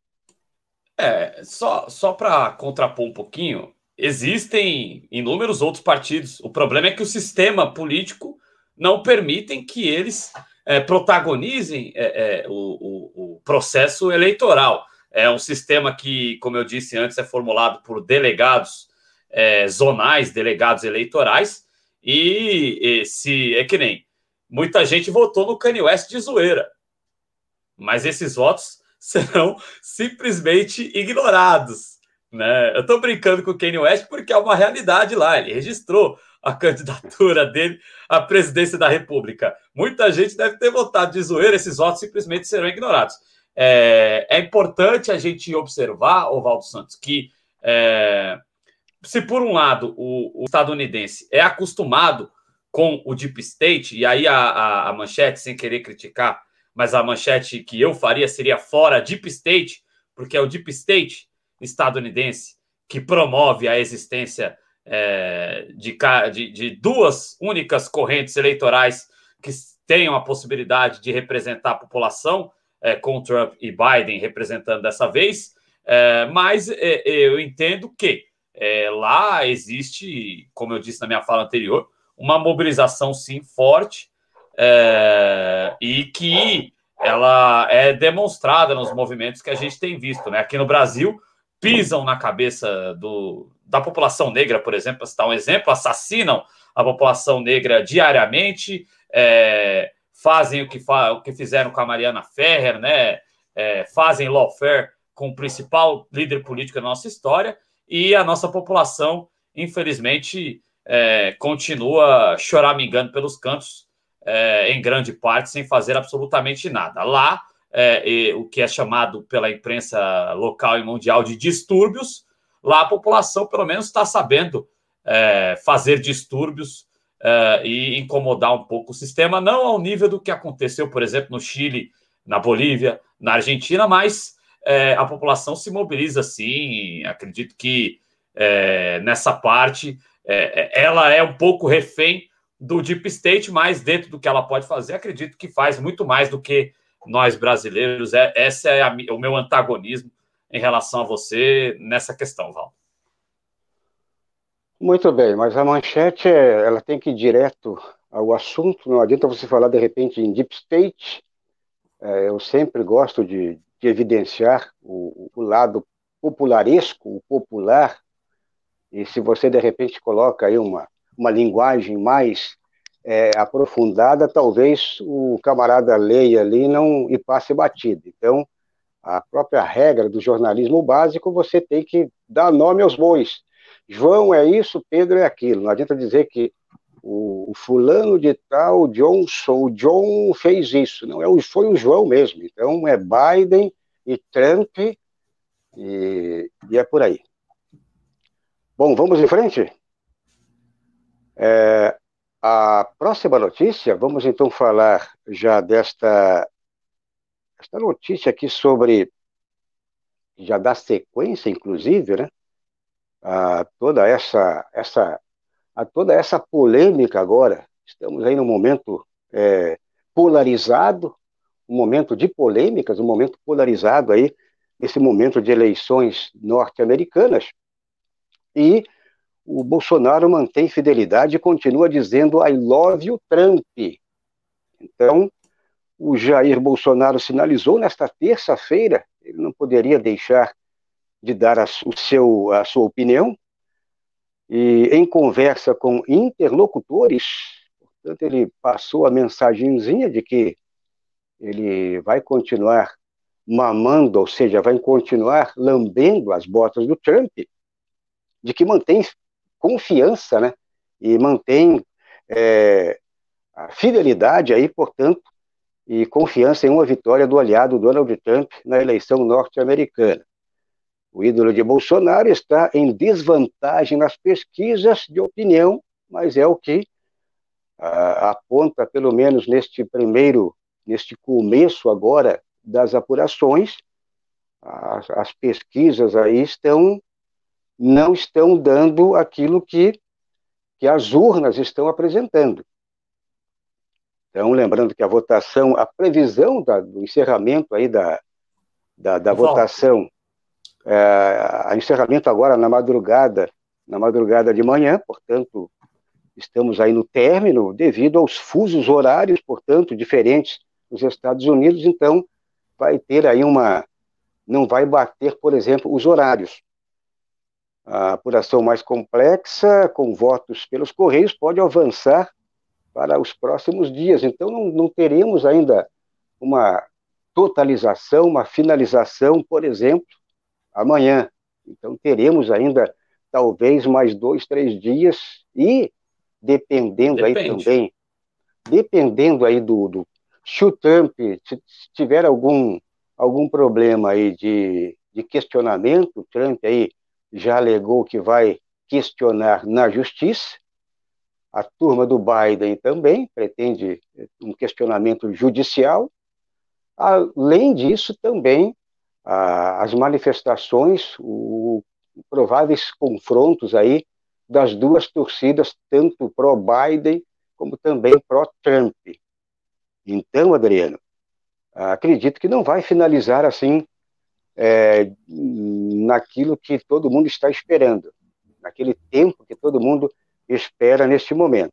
É, só, só para contrapor um pouquinho, existem inúmeros outros partidos. O problema é que o sistema político não permitem que eles é, protagonizem é, é, o, o, o processo eleitoral. É um sistema que, como eu disse antes, é formulado por delegados é, zonais, delegados eleitorais, e, e se é que nem muita gente votou no Kanye West de zoeira, mas esses votos serão simplesmente ignorados, né? Eu estou brincando com o Kanye West porque é uma realidade lá. Ele registrou a candidatura dele à presidência da República. Muita gente deve ter votado de zoeira, esses votos simplesmente serão ignorados. É, é importante a gente observar, Oswaldo Santos, que é, se por um lado o, o estadunidense é acostumado com o deep state, e aí a, a, a manchete, sem querer criticar, mas a manchete que eu faria seria fora deep state, porque é o deep state estadunidense que promove a existência é, de, de, de duas únicas correntes eleitorais que tenham a possibilidade de representar a população, é, com Trump e Biden representando dessa vez, é, mas é, eu entendo que é, lá existe, como eu disse na minha fala anterior, uma mobilização sim forte, é, e que ela é demonstrada nos movimentos que a gente tem visto, né? Aqui no Brasil, pisam na cabeça do, da população negra, por exemplo, para citar um exemplo, assassinam a população negra diariamente, é, fazem o que, fa o que fizeram com a Mariana Ferrer, né? É, fazem lawfare com o principal líder político da nossa história, e a nossa população, infelizmente, é, continua choramingando pelos cantos, é, em grande parte, sem fazer absolutamente nada. Lá, é, e, o que é chamado pela imprensa local e mundial de distúrbios, lá a população, pelo menos, está sabendo é, fazer distúrbios é, e incomodar um pouco o sistema, não ao nível do que aconteceu, por exemplo, no Chile, na Bolívia, na Argentina, mas é, a população se mobiliza, sim. Acredito que é, nessa parte é, ela é um pouco refém do Deep State, mas dentro do que ela pode fazer, acredito que faz muito mais do que nós brasileiros. É, esse é a, o meu antagonismo em relação a você nessa questão, Val. Muito bem, mas a manchete, ela tem que ir direto ao assunto, não adianta você falar de repente em Deep State. É, eu sempre gosto de, de evidenciar o, o lado popularesco, o popular, e se você de repente coloca aí uma, uma linguagem mais é, aprofundada, talvez o camarada leia ali não, e passe batido. Então, a própria regra do jornalismo básico, você tem que dar nome aos bois. João é isso, Pedro é aquilo. Não adianta dizer que o, o fulano de tal, o John, o John fez isso. Não, é, foi o João mesmo. Então, é Biden e Trump e, e é por aí. Bom, vamos em frente? É, a próxima notícia, vamos então falar já desta esta notícia aqui sobre, já dá sequência, inclusive, né, a toda essa, essa, a toda essa polêmica agora. Estamos aí num momento é, polarizado, um momento de polêmicas, um momento polarizado aí, esse momento de eleições norte-americanas, e o Bolsonaro mantém fidelidade e continua dizendo I love you, Trump. Então, o Jair Bolsonaro sinalizou nesta terça-feira, ele não poderia deixar de dar a, o seu, a sua opinião, e em conversa com interlocutores, portanto, ele passou a mensagenzinha de que ele vai continuar mamando, ou seja, vai continuar lambendo as botas do Trump, de que mantém confiança, né, e mantém é, a fidelidade aí, portanto, e confiança em uma vitória do aliado Donald Trump na eleição norte-americana. O ídolo de Bolsonaro está em desvantagem nas pesquisas de opinião, mas é o que ah, aponta, pelo menos neste primeiro, neste começo agora das apurações, as, as pesquisas aí estão não estão dando aquilo que, que as urnas estão apresentando. Então, lembrando que a votação, a previsão da, do encerramento aí da, da, da votação, é, a encerramento agora na madrugada, na madrugada de manhã, portanto, estamos aí no término, devido aos fusos horários, portanto, diferentes dos Estados Unidos, então vai ter aí uma, não vai bater, por exemplo, os horários. A apuração mais complexa, com votos pelos Correios, pode avançar para os próximos dias. Então, não, não teremos ainda uma totalização, uma finalização, por exemplo, amanhã. Então, teremos ainda, talvez, mais dois, três dias e, dependendo Depende. aí também, dependendo aí do, do... Se o Trump se tiver algum, algum problema aí de, de questionamento, o Trump aí já alegou que vai questionar na justiça. A turma do Biden também pretende um questionamento judicial. Além disso, também ah, as manifestações, os prováveis confrontos aí das duas torcidas, tanto pró-Biden como também pró-Trump. Então, Adriano, acredito que não vai finalizar assim é, naquilo que todo mundo está esperando, naquele tempo que todo mundo espera neste momento.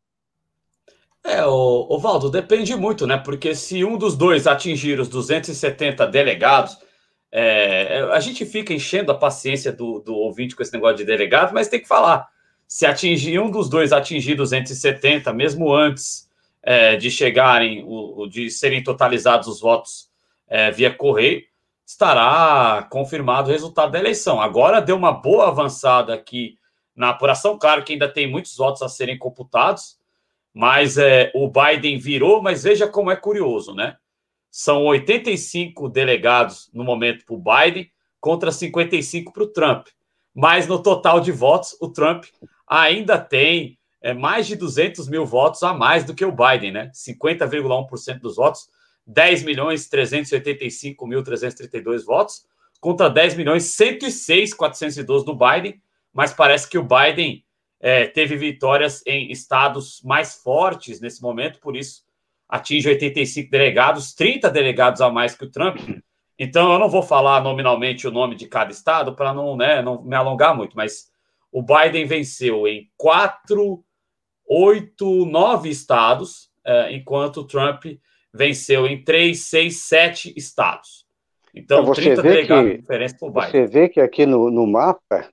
É, o, o Valdo, depende muito, né? Porque se um dos dois atingir os duzentos e setenta delegados, é, a gente fica enchendo a paciência do, do ouvinte com esse negócio de delegado, mas tem que falar. Se atingir um dos dois atingir duzentos e setenta, mesmo antes é, de chegarem, o, de serem totalizados os votos é, via correio, estará confirmado o resultado da eleição. Agora deu uma boa avançada aqui na apuração, claro que ainda tem muitos votos a serem computados, mas é, o Biden virou, mas veja como é curioso, né? São oitenta e cinco delegados no momento para o Biden contra cinquenta e cinco para o Trump. Mas no total de votos, o Trump ainda tem é, mais de duzentos mil votos a mais do que o Biden, né? cinquenta vírgula um por cento dos votos, dez milhões trezentos e oitenta e cinco mil trezentos e trinta e dois votos, contra dez milhões cento e seis mil quatrocentos e doze do Biden, mas parece que o Biden é, teve vitórias em estados mais fortes nesse momento, por isso atinge oitenta e cinco delegados, trinta delegados a mais que o Trump. Então, eu não vou falar nominalmente o nome de cada estado para não, né, não me alongar muito, mas o Biden venceu em quatro, oito, nove estados, é, enquanto o Trump venceu em três, seis, sete estados. Então, você trinta vê delegados que, de diferença para o Biden. Você vê que aqui no, no mapa,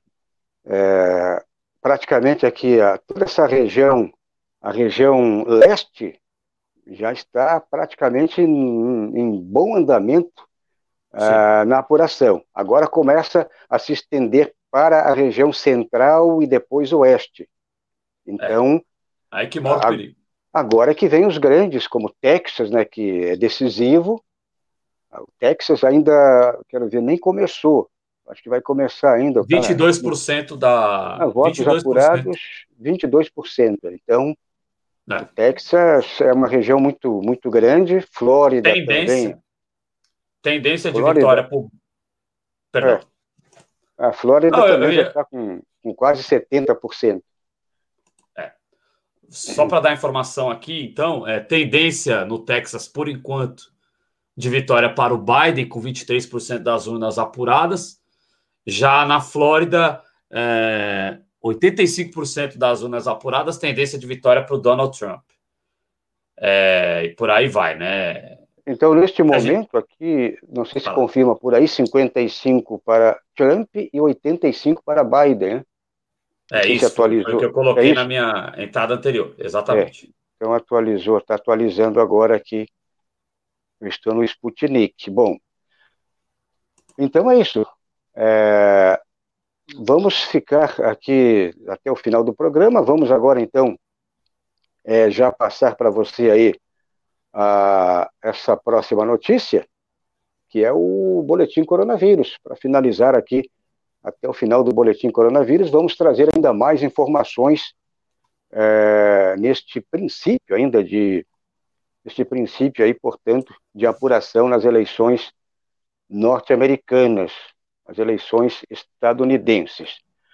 é, praticamente aqui, a, toda essa região, a região leste, já está praticamente em, em bom andamento uh, na apuração. Agora começa a se estender para a região central e depois oeste. Então, é. Aí que mora o perigo. Agora que vem os grandes, como Texas, né, que é decisivo. O Texas ainda, quero ver, nem começou. Acho que vai começar ainda. vinte e dois por cento da... Ah, votos vinte e dois por cento. Apurados, vinte e dois por cento. Então, é. O Texas é uma região muito, muito grande. Flórida Tendência. também. Tendência de Flórida. Vitória por... Perdão. É. A Flórida Não, também eu, eu ia... já está com, com quase setenta por cento. É. Só para dar informação aqui, então, é, tendência no Texas, por enquanto, de vitória para o Biden, com vinte e três por cento das urnas apuradas. Já na Flórida, é, oitenta e cinco por cento das urnas apuradas, tendência de vitória para o Donald Trump. É, e por aí vai, né? Então, neste momento gente... aqui, não sei se Fala. confirma por aí, cinquenta e cinco para Trump e oitenta e cinco para Biden, né? É isso, atualizou. Foi o que eu coloquei é na minha entrada anterior, exatamente. É, então atualizou, está atualizando agora aqui. Eu estou no Sputnik. Bom, então é isso. É, vamos ficar aqui até o final do programa. Vamos agora, então, é, já passar para você aí a, essa próxima notícia, que é o Boletim Coronavírus. Para finalizar aqui, até o final do Boletim Coronavírus, vamos trazer ainda mais informações é, neste princípio ainda de este princípio aí, portanto, de apuração nas eleições norte-americanas, as eleições estadunidenses.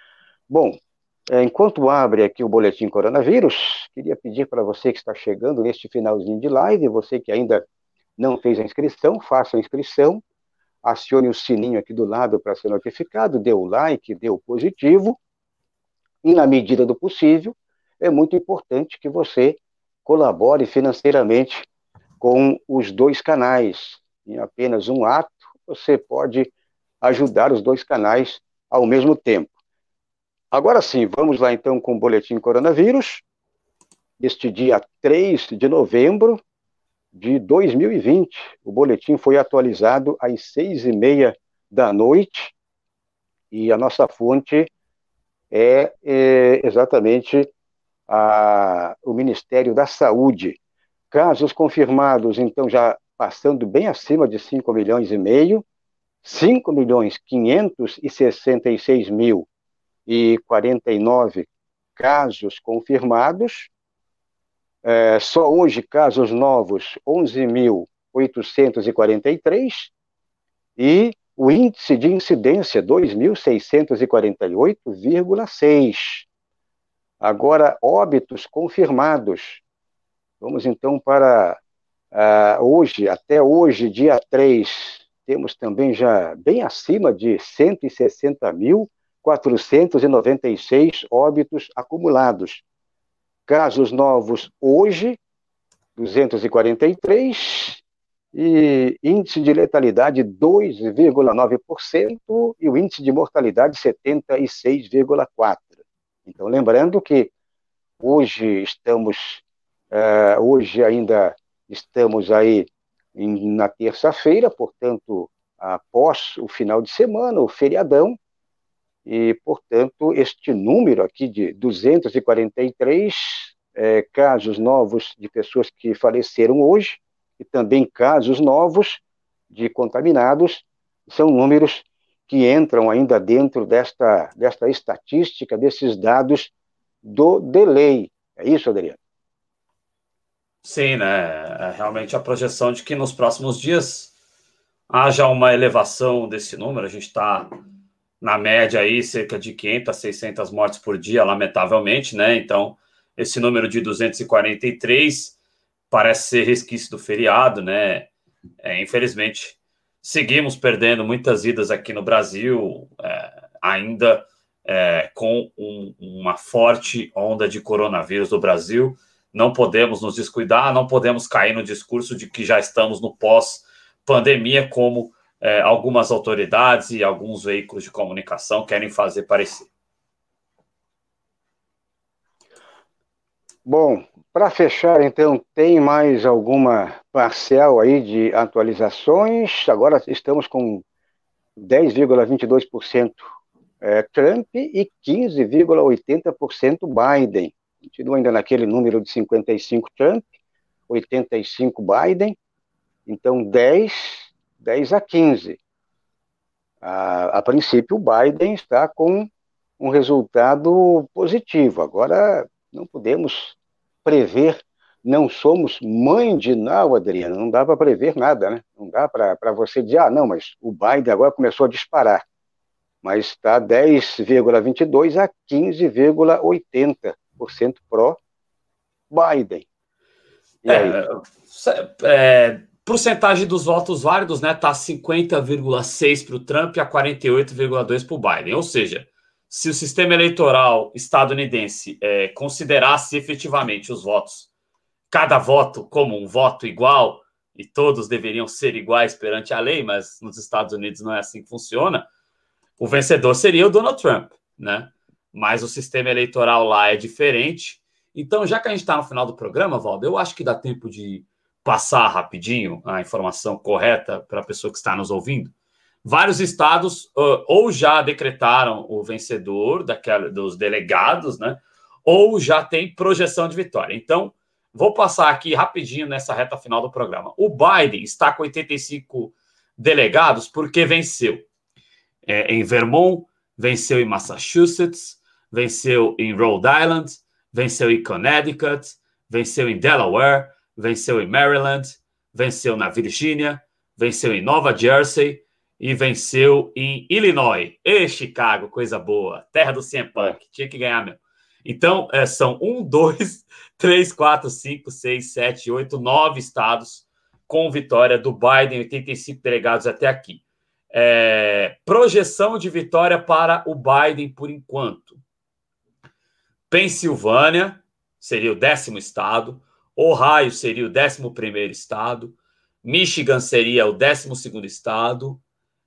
Bom, é, enquanto abre aqui o boletim coronavírus, queria pedir para você que está chegando neste finalzinho de live, você que ainda não fez a inscrição, faça a inscrição, acione o sininho aqui do lado para ser notificado, dê o like, dê o positivo, e na medida do possível, é muito importante que você colabore financeiramente com os dois canais. Em apenas um ato, você pode ajudar os dois canais ao mesmo tempo. Agora sim, vamos lá então com o boletim coronavírus, este dia três de novembro de dois mil e vinte. O boletim foi atualizado às seis e meia da noite e a nossa fonte é, é exatamente a, o Ministério da Saúde. Casos confirmados, então, já passando bem acima de cinco milhões e meio, cinco milhões quinhentos e sessenta e seis mil e quarenta e nove casos confirmados. É, só hoje, casos novos, onze mil oitocentos e quarenta e três, e o índice de incidência, dois mil seiscentos e quarenta e oito vírgula seis. Agora, óbitos confirmados. Vamos então para uh, hoje, até hoje, dia três, temos também já bem acima de cento e sessenta mil quatrocentos e noventa e seis óbitos acumulados. Casos novos hoje, duzentos e quarenta e três, e índice de letalidade dois vírgula nove por cento e o índice de mortalidade setenta e seis vírgula quatro por cento. Então, lembrando que hoje estamos, uh, hoje ainda estamos aí em, na terça-feira, portanto, após o final de semana, o feriadão, e, portanto, este número aqui de duzentos e quarenta e três é, casos novos de pessoas que faleceram hoje, e também casos novos de contaminados, são números que entram ainda dentro desta, desta estatística, desses dados do delay. É isso, Adriano? Sim, né? É realmente a projeção de que nos próximos dias haja uma elevação desse número. A gente está na média aí cerca de quinhentas, seiscentas mortes por dia, lamentavelmente, né? Então, esse número de duzentos e quarenta e três parece ser resquício do feriado, né? É, infelizmente, seguimos perdendo muitas vidas aqui no Brasil, é, ainda é, com um, uma forte onda de coronavírus no Brasil. Não podemos nos descuidar, não podemos cair no discurso de que já estamos no pós-pandemia, como é, algumas autoridades e alguns veículos de comunicação querem fazer parecer. Bom, para fechar, então, tem mais alguma parcial aí de atualizações? Agora estamos com dez vírgula vinte e dois por cento é, Trump e quinze vírgula oitenta por cento Biden. Continua ainda naquele número de cinquenta e cinco Trump, oitenta e cinco Biden, então dez, dez a quinze. A, a princípio, o Biden está com um resultado positivo. Agora, não podemos prever, não somos mãe de Ná, Adriano, não dá para prever nada, né? Não dá para você dizer, ah, não, mas o Biden agora começou a disparar. Mas está dez vírgula vinte e dois a quinze vírgula oitenta por cento pró-Biden. E é, aí? É, porcentagem dos votos válidos, né, tá cinquenta vírgula seis para o Trump e a quarenta e oito vírgula dois para o Biden. Ou seja, se o sistema eleitoral estadunidense é, considerasse efetivamente os votos, cada voto como um voto igual, e todos deveriam ser iguais perante a lei, mas nos Estados Unidos não é assim que funciona, o vencedor seria o Donald Trump, né? Mas o sistema eleitoral lá é diferente. Então, já que a gente está no final do programa, Valdo, eu acho que dá tempo de passar rapidinho a informação correta para a pessoa que está nos ouvindo. Vários estados uh, ou já decretaram o vencedor daquela, dos delegados, né? Ou já tem projeção de vitória. Então, vou passar aqui rapidinho nessa reta final do programa. O Biden está com oitenta e cinco delegados porque venceu. É, em Vermont, venceu em Massachusetts, venceu em Rhode Island, venceu em Connecticut, venceu em Delaware, venceu em Maryland, venceu na Virgínia, venceu em Nova Jersey e venceu em Illinois. E Chicago, coisa boa. Terra do C M Punk. Tinha que ganhar mesmo. Então, é, são um, dois, três, quatro, cinco, seis, sete, oito, nove estados com vitória do Biden, oitenta e cinco delegados até aqui. É, projeção de vitória para o Biden por enquanto. Pensilvânia seria o décimo estado, Ohio seria o décimo primeiro estado, Michigan seria o décimo segundo estado,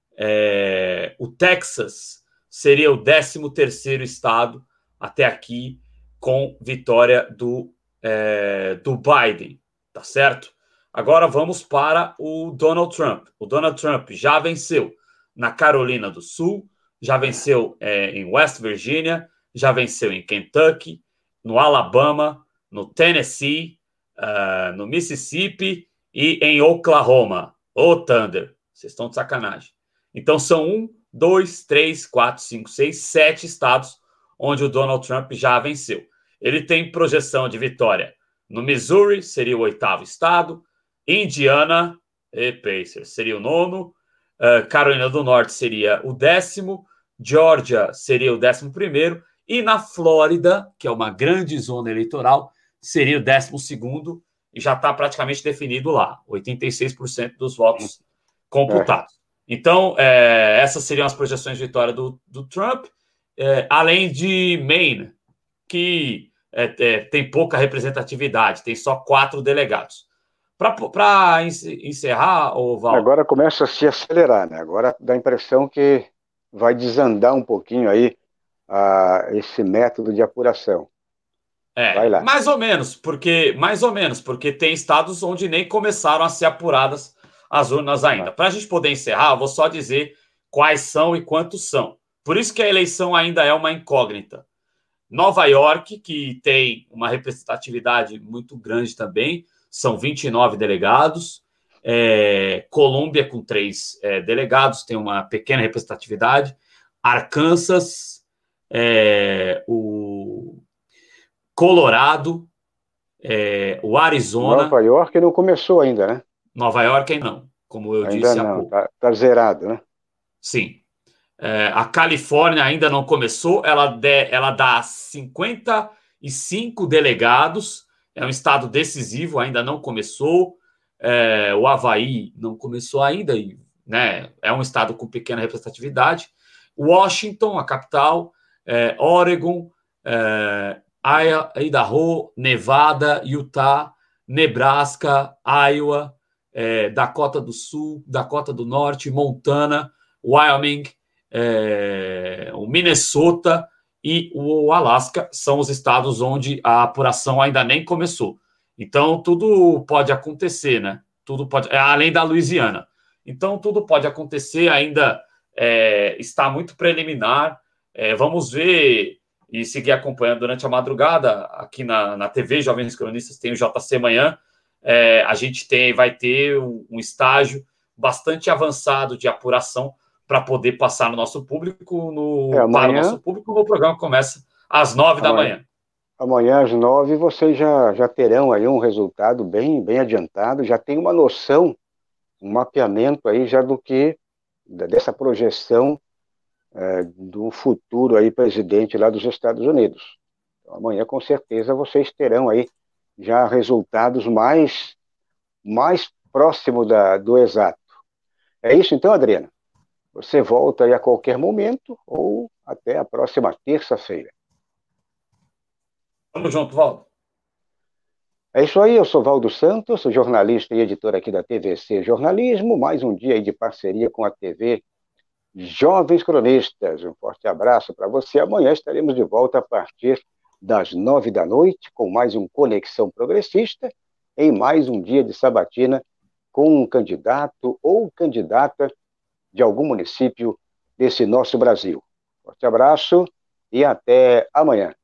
é, o Texas seria o décimo terceiro estado até aqui com vitória do, é, do Biden, tá certo? Agora vamos para o Donald Trump. O Donald Trump já venceu na Carolina do Sul, já venceu é, em West Virginia, já venceu em Kentucky, no Alabama, no Tennessee, uh, no Mississippi e em Oklahoma. Ô, Thunder, vocês estão de sacanagem. Então são um, dois, três, quatro, cinco, seis, sete estados onde o Donald Trump já venceu. Ele tem projeção de vitória no Missouri, seria o oitavo estado, Indiana, e Pacers, seria o nono, uh, Carolina do Norte seria o décimo, Georgia seria o décimo primeiro, e na Flórida, que é uma grande zona eleitoral, seria o décimo segundo, e já está praticamente definido lá, oitenta e seis por cento dos votos computados. Então, é, essas seriam as projeções de vitória do, do Trump, é, além de Maine, que é, é, tem pouca representatividade, tem só quatro delegados. Para encerrar, ô Val... Agora começa a se acelerar, né? Agora dá a impressão que vai desandar um pouquinho aí a, esse método de apuração. É, vai lá. Mais ou menos, porque mais ou menos, porque tem estados onde nem começaram a ser apuradas as urnas ainda. Para a gente poder encerrar, eu vou só dizer quais são e quantos são. Por isso que a eleição ainda é uma incógnita. Nova York, que tem uma representatividade muito grande também, são vinte e nove delegados. É, Colômbia, com três é, delegados, tem uma pequena representatividade. Arkansas, é, o Colorado, é, o Arizona... Nova York não começou ainda, né? Nova York ainda não, como eu ainda disse não, há pouco. Tá, tá zerado, né? Sim. É, a Califórnia ainda não começou, ela, de, ela dá cinquenta e cinco delegados, é um estado decisivo, ainda não começou. É, o Havaí não começou ainda, né? É um estado com pequena representatividade. Washington, a capital, é, Oregon, é, Idaho, Nevada, Utah, Nebraska, Iowa, é, Dakota do Sul, Dakota do Norte, Montana, Wyoming, é, o Minnesota e o Alasca são os estados onde a apuração ainda nem começou. Então, tudo pode acontecer, né? Tudo pode, além da Louisiana. Então, tudo pode acontecer, ainda é, está muito preliminar. É, vamos ver e seguir acompanhando durante a madrugada. Aqui na, na T V Jovens Cronistas tem o J C Manhã. É, a gente tem, vai ter um, um estágio bastante avançado de apuração para poder passar no nosso público, no, é, amanhã, para o nosso público, o programa começa às nove da manhã. Amanhã às nove vocês já, já terão aí um resultado bem, bem adiantado, já tem uma noção, um mapeamento aí já do que, dessa projeção é, do futuro aí presidente lá dos Estados Unidos. Então, amanhã com certeza vocês terão aí já resultados mais, mais próximos da, do exato. É isso então, Adriana? Você volta aí a qualquer momento ou até a próxima terça-feira. Tamo junto, Valdo. É isso aí, eu sou Valdo Santos, jornalista e editor aqui da T V C Jornalismo, mais um dia aí de parceria com a T V Jovens Cronistas. Um forte abraço para você. Amanhã estaremos de volta a partir das nove da noite com mais um Conexão Progressista, em mais um dia de sabatina com um candidato ou candidata de algum município desse nosso Brasil. Forte abraço e até amanhã.